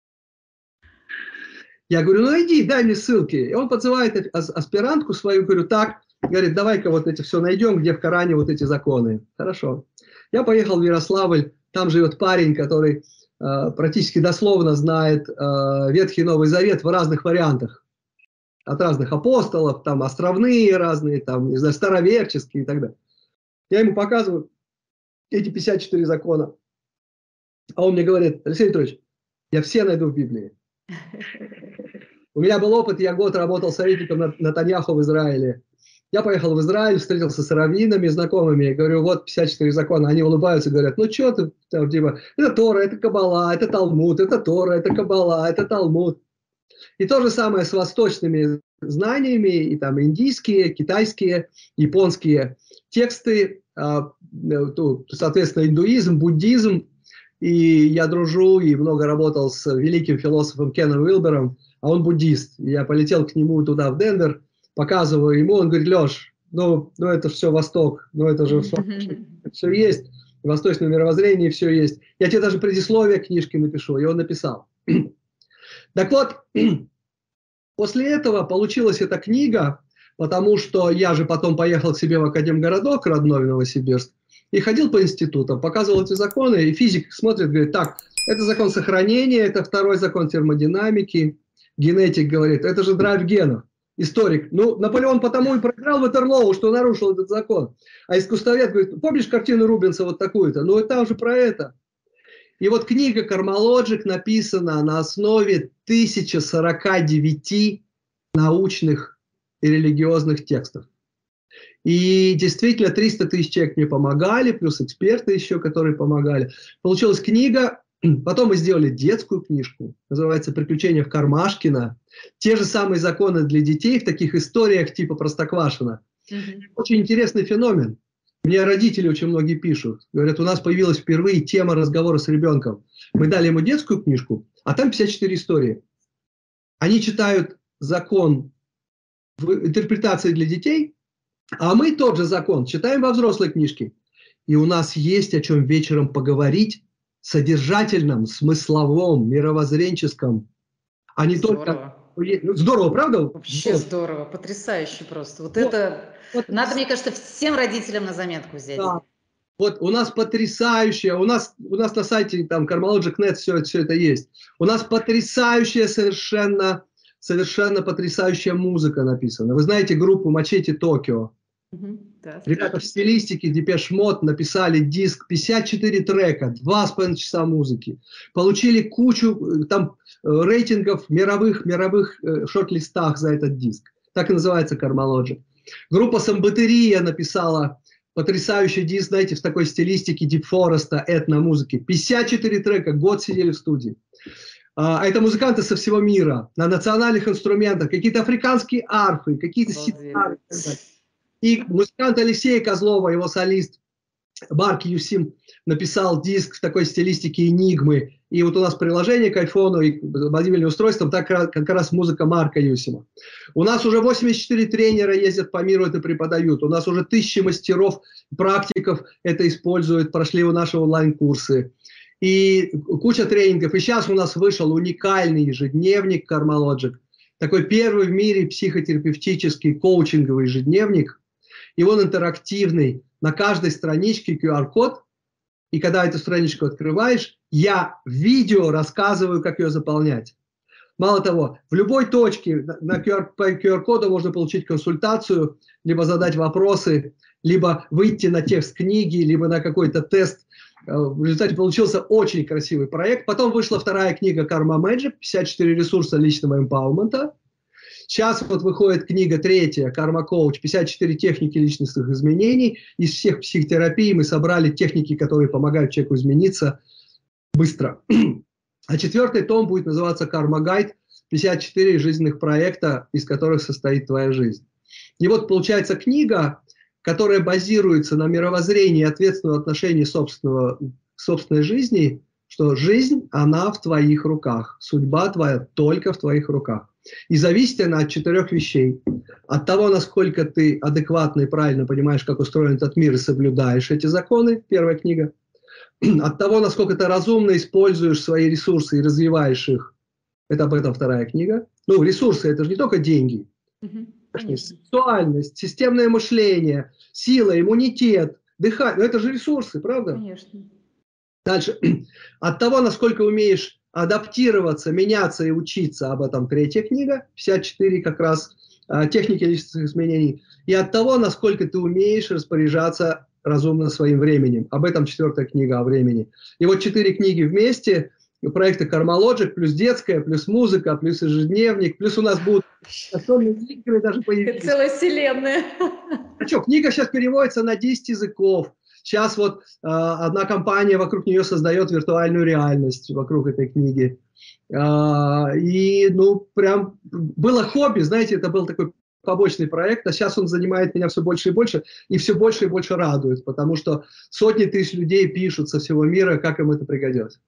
Я говорю: ну иди, дай мне ссылки. И он подзывает аспирантку свою, говорю: так, говорит, давай-ка вот эти все найдем, где в Коране вот эти законы. Хорошо. Я поехал в Ярославль, там живет парень, который практически дословно знает Ветхий и Новый Завет в разных вариантах. От разных апостолов, там островные разные, там, не знаю, староверческие и так далее. Я ему показываю эти 54 закона. А он мне говорит: Алексей Петрович, я все найду в Библии. У меня был опыт, я год работал советником Натаньяху в Израиле. Я поехал в Израиль, встретился с раввинами, знакомыми, говорю: вот 54 закона. Они улыбаются, говорят: ну что ты, типа, это Тора, это Каббала, это Талмуд, это Тора, это Каббала, это Талмуд. И то же самое с восточными знаниями, и там индийские, китайские, японские тексты соответственно, индуизм, буддизм, и я дружу и много работал с великим философом Кеном Уилбером, а он буддист. Я полетел к нему туда, в Денвер, показываю ему, он говорит: Леш, ну это все Восток, ну это же все есть, восточное мировоззрение, все есть. Я тебе даже предисловие книжки напишу, и он написал. Так вот, после этого получилась эта книга, потому что я же потом поехал к себе в Академгородок родной, в Новосибирск, и ходил по институтам, показывал эти законы, и физик смотрит, говорит: так, это закон сохранения, это второй закон термодинамики. Генетик говорит: это же драйв генов. Историк: ну, Наполеон потому и проиграл Ватерлоу, что нарушил этот закон. А искусствовед говорит: помнишь картину Рубенса вот такую-то? Ну, и там же про это. И вот книга «Кармалоджик» написана на основе 1049 научных и религиозных текстов. И действительно 300 тысяч человек мне помогали, плюс эксперты еще, которые помогали. Получилась книга, потом мы сделали детскую книжку, называется «Приключения в Кармашкино». Те же самые законы для детей в таких историях типа Простоквашино. Очень интересный феномен. Мне родители очень многие пишут. Говорят: у нас появилась впервые тема разговора с ребенком. Мы дали ему детскую книжку, а там 54 истории. Они читают закон в интерпретации для детей, а мы тот же закон читаем во взрослой книжке. И у нас есть о чем вечером поговорить, содержательном, смысловом, мировоззренческом, а не Здорово. только... Здорово, правда? Вообще здорово, потрясающе просто. Вот это надо, мне кажется, всем родителям на заметку взять. Да. Вот у нас потрясающая, у нас на сайте там Karmalogic.net все это есть. У нас потрясающая, совершенно потрясающая музыка написана. Вы знаете группу Мачете Токио? Да, Ребята в стилистике Депеш Мод написали диск, 54 трека, 2,5 часа музыки. Получили кучу там рейтингов мировых шорт-листах за этот диск. Так и называется Karmalogic. Группа Самбатерия написала потрясающий диск, знаете, в такой стилистике Deep Forest, этно-музыки. 54 трека, год сидели в студии. А это музыканты со всего мира, на национальных инструментах, какие-то африканские арфы, какие-то ситары. И музыкант Алексей Козлова, его солист Марк Юсим, написал диск в такой стилистике энигмы. И вот у нас приложение к айфону и мобильным устройствам как раз музыка Марка Юсима. У нас уже 84 тренера ездят по миру, это преподают. У нас уже 1000 мастеров, практиков это используют, прошли у наши онлайн-курсы. И куча тренингов. И сейчас у нас вышел уникальный ежедневник Karmalogic. Такой первый в мире психотерапевтический коучинговый ежедневник. И он интерактивный. На каждой страничке QR-код. И когда эту страничку открываешь, я в видео рассказываю, как ее заполнять. Мало того, в любой точке по QR-коду можно получить консультацию, либо задать вопросы, либо выйти на текст книги, либо на какой-то тест. В результате получился очень красивый проект. Потом вышла вторая книга Karma Magic, 54 ресурса личного эмпауэрмента. Сейчас вот выходит книга третья, Karma Coach, 54 техники личностных изменений. Из всех психотерапий мы собрали техники, которые помогают человеку измениться быстро. А четвертый том будет называться Karma Guide, 54 жизненных проекта, из которых состоит твоя жизнь. И вот получается книга, которая базируется на мировоззрении и ответственном отношении к собственной жизни, что жизнь, она в твоих руках, судьба твоя только в твоих руках. И зависит она от 4 вещей. От того, насколько ты адекватно и правильно понимаешь, как устроен этот мир, и соблюдаешь эти законы, первая книга. От того, насколько ты разумно используешь свои ресурсы и развиваешь их, это об этом вторая книга. Ну, ресурсы – это же не только деньги. Сексуальность, системное мышление, сила, иммунитет, дыхание. Ну, это же ресурсы, правда? Конечно. Дальше. От того, насколько умеешь адаптироваться, меняться и учиться, об этом третья книга, 54 как раз техники личностных изменений. И от того, насколько ты умеешь распоряжаться разумно своим временем. Об этом 4 книга о времени. И вот 4 книги вместе, проекты Karmalogic, плюс детская, плюс музыка, плюс ежедневник, плюс у нас будут настольные игры даже появились. Это целая вселенная. А что, книга сейчас переводится на 10 языков. Сейчас вот одна компания вокруг нее создает виртуальную реальность вокруг этой книги. И, ну, прям было хобби, знаете, это был такой побочный проект, а сейчас он занимает меня все больше и больше радует, потому что сотни тысяч людей пишут со всего мира, как им это пригодилось.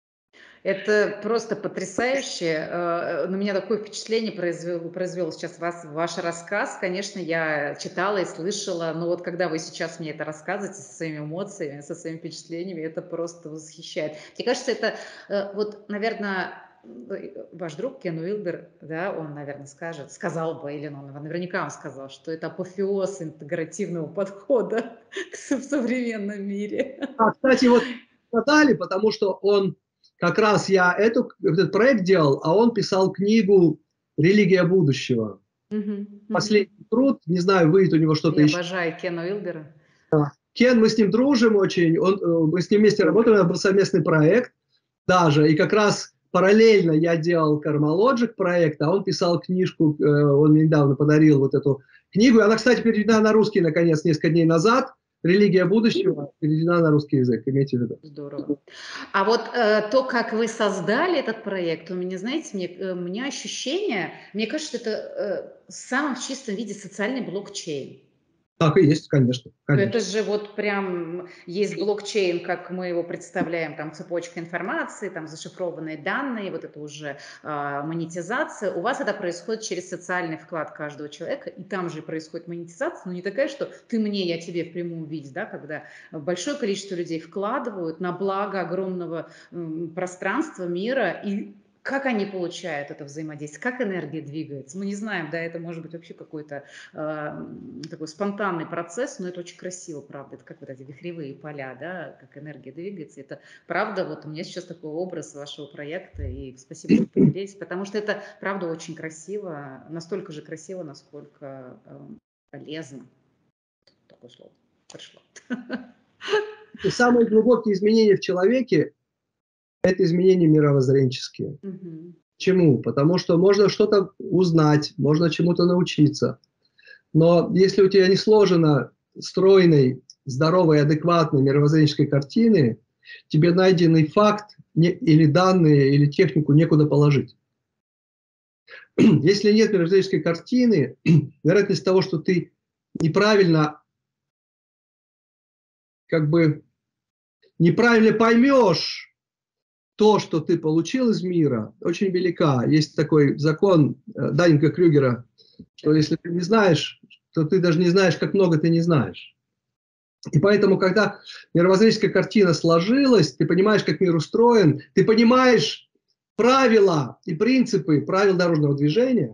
Это просто потрясающе. На меня такое впечатление произвел сейчас ваш рассказ. Конечно, я читала и слышала, но вот когда вы сейчас мне это рассказываете со своими эмоциями, со своими впечатлениями, это просто восхищает. Мне кажется, это вот, наверное, ваш друг Кен Уилбер, да, он, наверное, сказал бы, или наверняка он сказал, что это апофеоз интегративного подхода в современном мире. Кстати, вот сказали, потому что он как раз этот проект делал, а он писал книгу «Религия будущего». Последний труд, не знаю, выйдет у него что-то еще. Я обожаю Кена Уилбера. Кен, мы с ним дружим очень, мы с ним вместе работаем, это был совместный проект даже, и как раз параллельно я делал Karmalogic проект, а он писал книжку, он мне недавно подарил вот эту книгу, и она, кстати, переведена на русский, наконец, несколько дней назад, «Религия будущего», переведена на русский язык, имейте в виду. Здорово. А вот то, как вы создали этот проект, у меня, знаете, у меня ощущение, мне кажется, это в самом чистом виде социальный блокчейн. Так и есть, конечно. Это же вот прям есть блокчейн, как мы его представляем, там цепочка информации, там зашифрованные данные, вот это уже монетизация. У вас это происходит через социальный вклад каждого человека, и там же происходит монетизация, но не такая, что ты мне, я тебе в прямом виде, да, когда большое количество людей вкладывают на благо огромного пространства, мира, и как они получают это взаимодействие, как энергия двигается. Мы не знаем, да, это может быть вообще какой-то такой спонтанный процесс, но это очень красиво, правда. Это как вот эти вихревые поля, да, как энергия двигается. Это правда, вот у меня сейчас такой образ вашего проекта, и спасибо, что поделились, потому что это правда очень красиво, настолько же красиво, насколько полезно. Такое слово пришло. Самые глубокие изменения в человеке – это изменения мировоззренческие. Почему? Потому что можно что-то узнать, можно чему-то научиться. Но если у тебя не сложена стройной, здоровой, адекватной мировоззренческой картины, тебе найденный факт или данные, или технику некуда положить. Если нет мировоззренческой картины, вероятность того, что ты неправильно поймешь то, что ты получил из мира, очень велика. Есть такой закон Даннинга-Крюгера, что если ты не знаешь, то ты даже не знаешь, как много ты не знаешь. И поэтому, когда мировоззренческая картина сложилась, ты понимаешь, как мир устроен, ты понимаешь правила и принципы правил дорожного движения,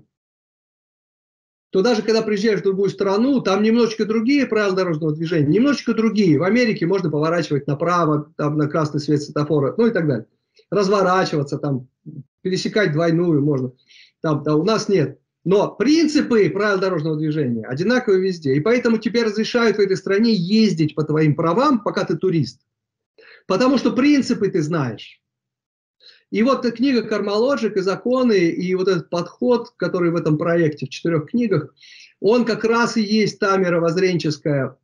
то даже когда приезжаешь в другую страну, там немножечко другие правила дорожного движения, немножечко другие. В Америке можно поворачивать направо, там на красный свет светофора, ну и так далее. Разворачиваться, там, пересекать двойную можно. Там у нас нет. Но принципы правил дорожного движения одинаковые везде. И поэтому тебе разрешают в этой стране ездить по твоим правам, пока ты турист. Потому что принципы ты знаешь. И вот книга Karmalogic и законы, и вот этот подход, который в этом проекте, в 4 книгах, он как раз и есть та мировоззренческая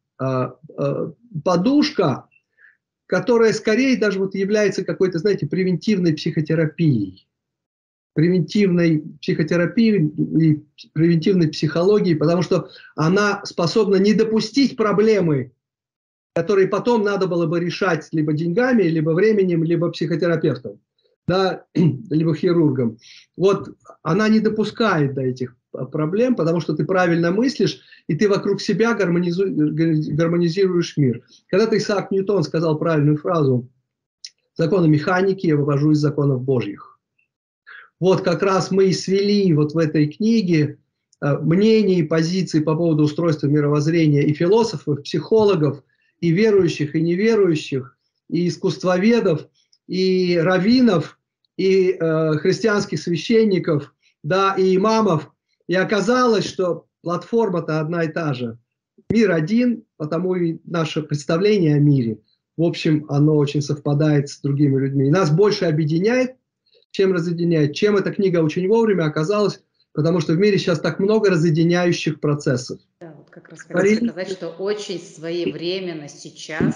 подушка, которая скорее даже вот является какой-то, знаете, превентивной психотерапией. Превентивной психотерапией и превентивной психологией, потому что она способна не допустить проблемы, которые потом надо было бы решать либо деньгами, либо временем, либо психотерапевтом, да, либо хирургом. Вот она не допускает до этих проблем, потому что ты правильно мыслишь, и ты вокруг себя гармонизируешь мир. Когда-то Исаак Ньютон сказал правильную фразу: «Законы механики я вывожу из законов Божьих». Вот как раз мы и свели вот в этой книге мнения и позиции по поводу устройства мировоззрения и философов, и психологов, и верующих, и неверующих, и искусствоведов, и раввинов, и христианских священников, да, и имамов. И оказалось, что платформа-то одна и та же. Мир один, потому и наше представление о мире, в общем, оно очень совпадает с другими людьми. И нас больше объединяет, чем разъединяет. Чем эта книга очень вовремя оказалась, потому что в мире сейчас так много разъединяющих процессов. Да, вот как раз хотела сказать, что очень своевременно сейчас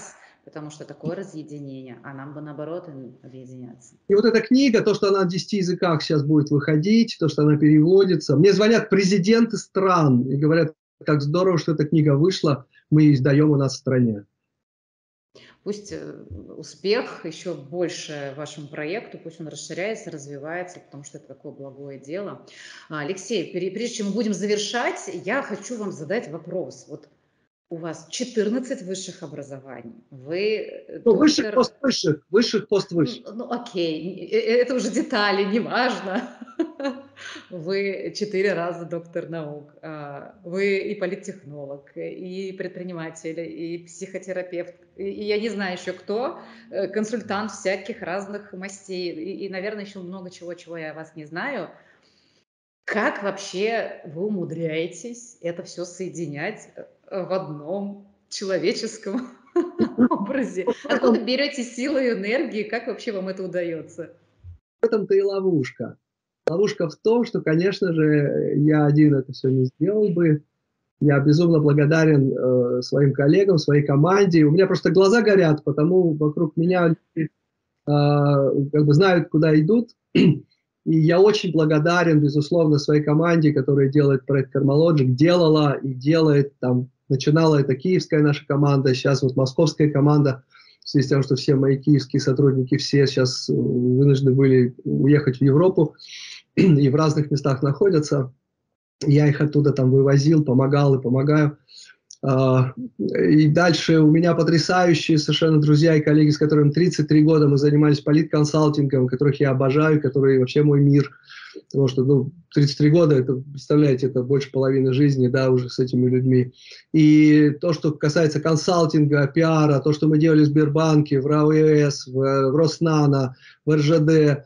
потому что такое разъединение, а нам бы наоборот объединяться. И вот эта книга, то, что она на 10 языках сейчас будет выходить, то, что она переводится. Мне звонят президенты стран и говорят, как здорово, что эта книга вышла, мы ее издаем у нас в стране. Пусть успех еще больше вашему проекту, пусть он расширяется, развивается, потому что это такое благое дело. Алексей, прежде чем мы будем завершать, я хочу вам задать вопрос. Вот у вас 14 высших образований. Вы Высших, доктор... поствысших, высших, поствысших. Ну, окей, это уже детали, неважно. Вы 4 раза доктор наук, вы и политтехнолог, и предприниматель, и психотерапевт, и я не знаю еще кто, консультант всяких разных мастей, и, наверное, еще много чего я о вас не знаю. Как вообще вы умудряетесь это все соединять в одном человеческом образе? Откуда берете силы и энергии? Как вообще вам это удается? В этом-то и ловушка. Ловушка в том, что, конечно же, я один это все не сделал бы. Я безумно благодарен своим коллегам, своей команде. У меня просто глаза горят, потому вокруг меня как бы знают, куда идут. И я очень благодарен, безусловно, своей команде, которая делает проект Karmalogic, делала и делает. Там, начинала это киевская наша команда, сейчас вот московская команда. В связи с тем, что все мои киевские сотрудники все сейчас вынуждены были уехать в Европу и в разных местах находятся. Я их оттуда там вывозил, помогал и помогаю. И дальше у меня потрясающие совершенно друзья и коллеги, с которыми 33 года мы занимались политконсалтингом, которых я обожаю, которые вообще мой мир. Потому что 33 года, это, представляете, это больше половины жизни, да, уже с этими людьми. И то, что касается консалтинга, пиара, то, что мы делали в Сбербанке, в РАО ЭС, в Роснано, в РЖД,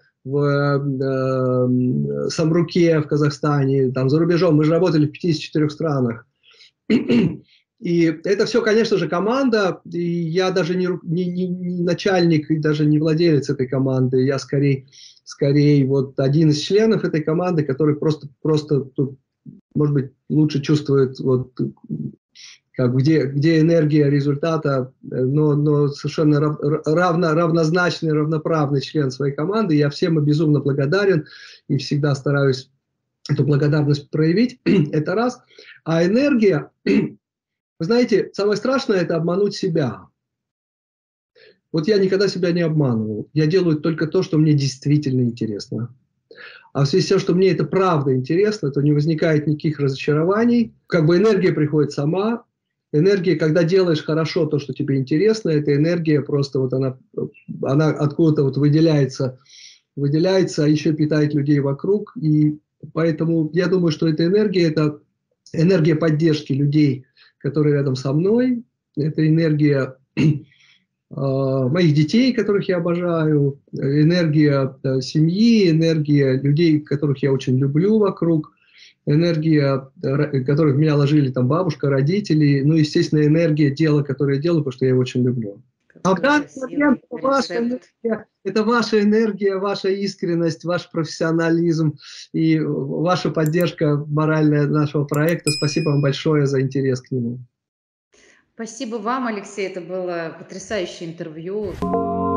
в Самруке в Казахстане, там за рубежом, мы же работали в 54 странах. И это все, конечно же, команда, и я даже не начальник и даже не владелец этой команды, я скорее вот один из членов этой команды, который просто может быть, лучше чувствует, вот, как, где энергия результата, но совершенно равнозначный, равноправный член своей команды. Я всем безумно благодарен и всегда стараюсь эту благодарность проявить. Это раз. А энергия... Вы знаете, самое страшное – это обмануть себя. Вот я никогда себя не обманывал. Я делаю только то, что мне действительно интересно. А в связи с тем, что мне это правда интересно, то не возникает никаких разочарований. Как бы энергия приходит сама. Энергия, когда делаешь хорошо то, что тебе интересно, эта энергия просто вот она откуда-то вот выделяется, а еще питает людей вокруг. И поэтому я думаю, что эта энергия – это энергия поддержки людей, которые рядом со мной, это энергия моих детей, которых я обожаю, энергия семьи, энергия людей, которых я очень люблю вокруг, энергия, которых в меня ложили там бабушка, родители, ну, естественно, энергия дела, которое я делаю, потому что я его очень люблю. А в данный момент это ваша энергия, ваша искренность, ваш профессионализм и ваша поддержка моральная нашего проекта. Спасибо вам большое за интерес к нему. Спасибо вам, Алексей, это было потрясающее интервью.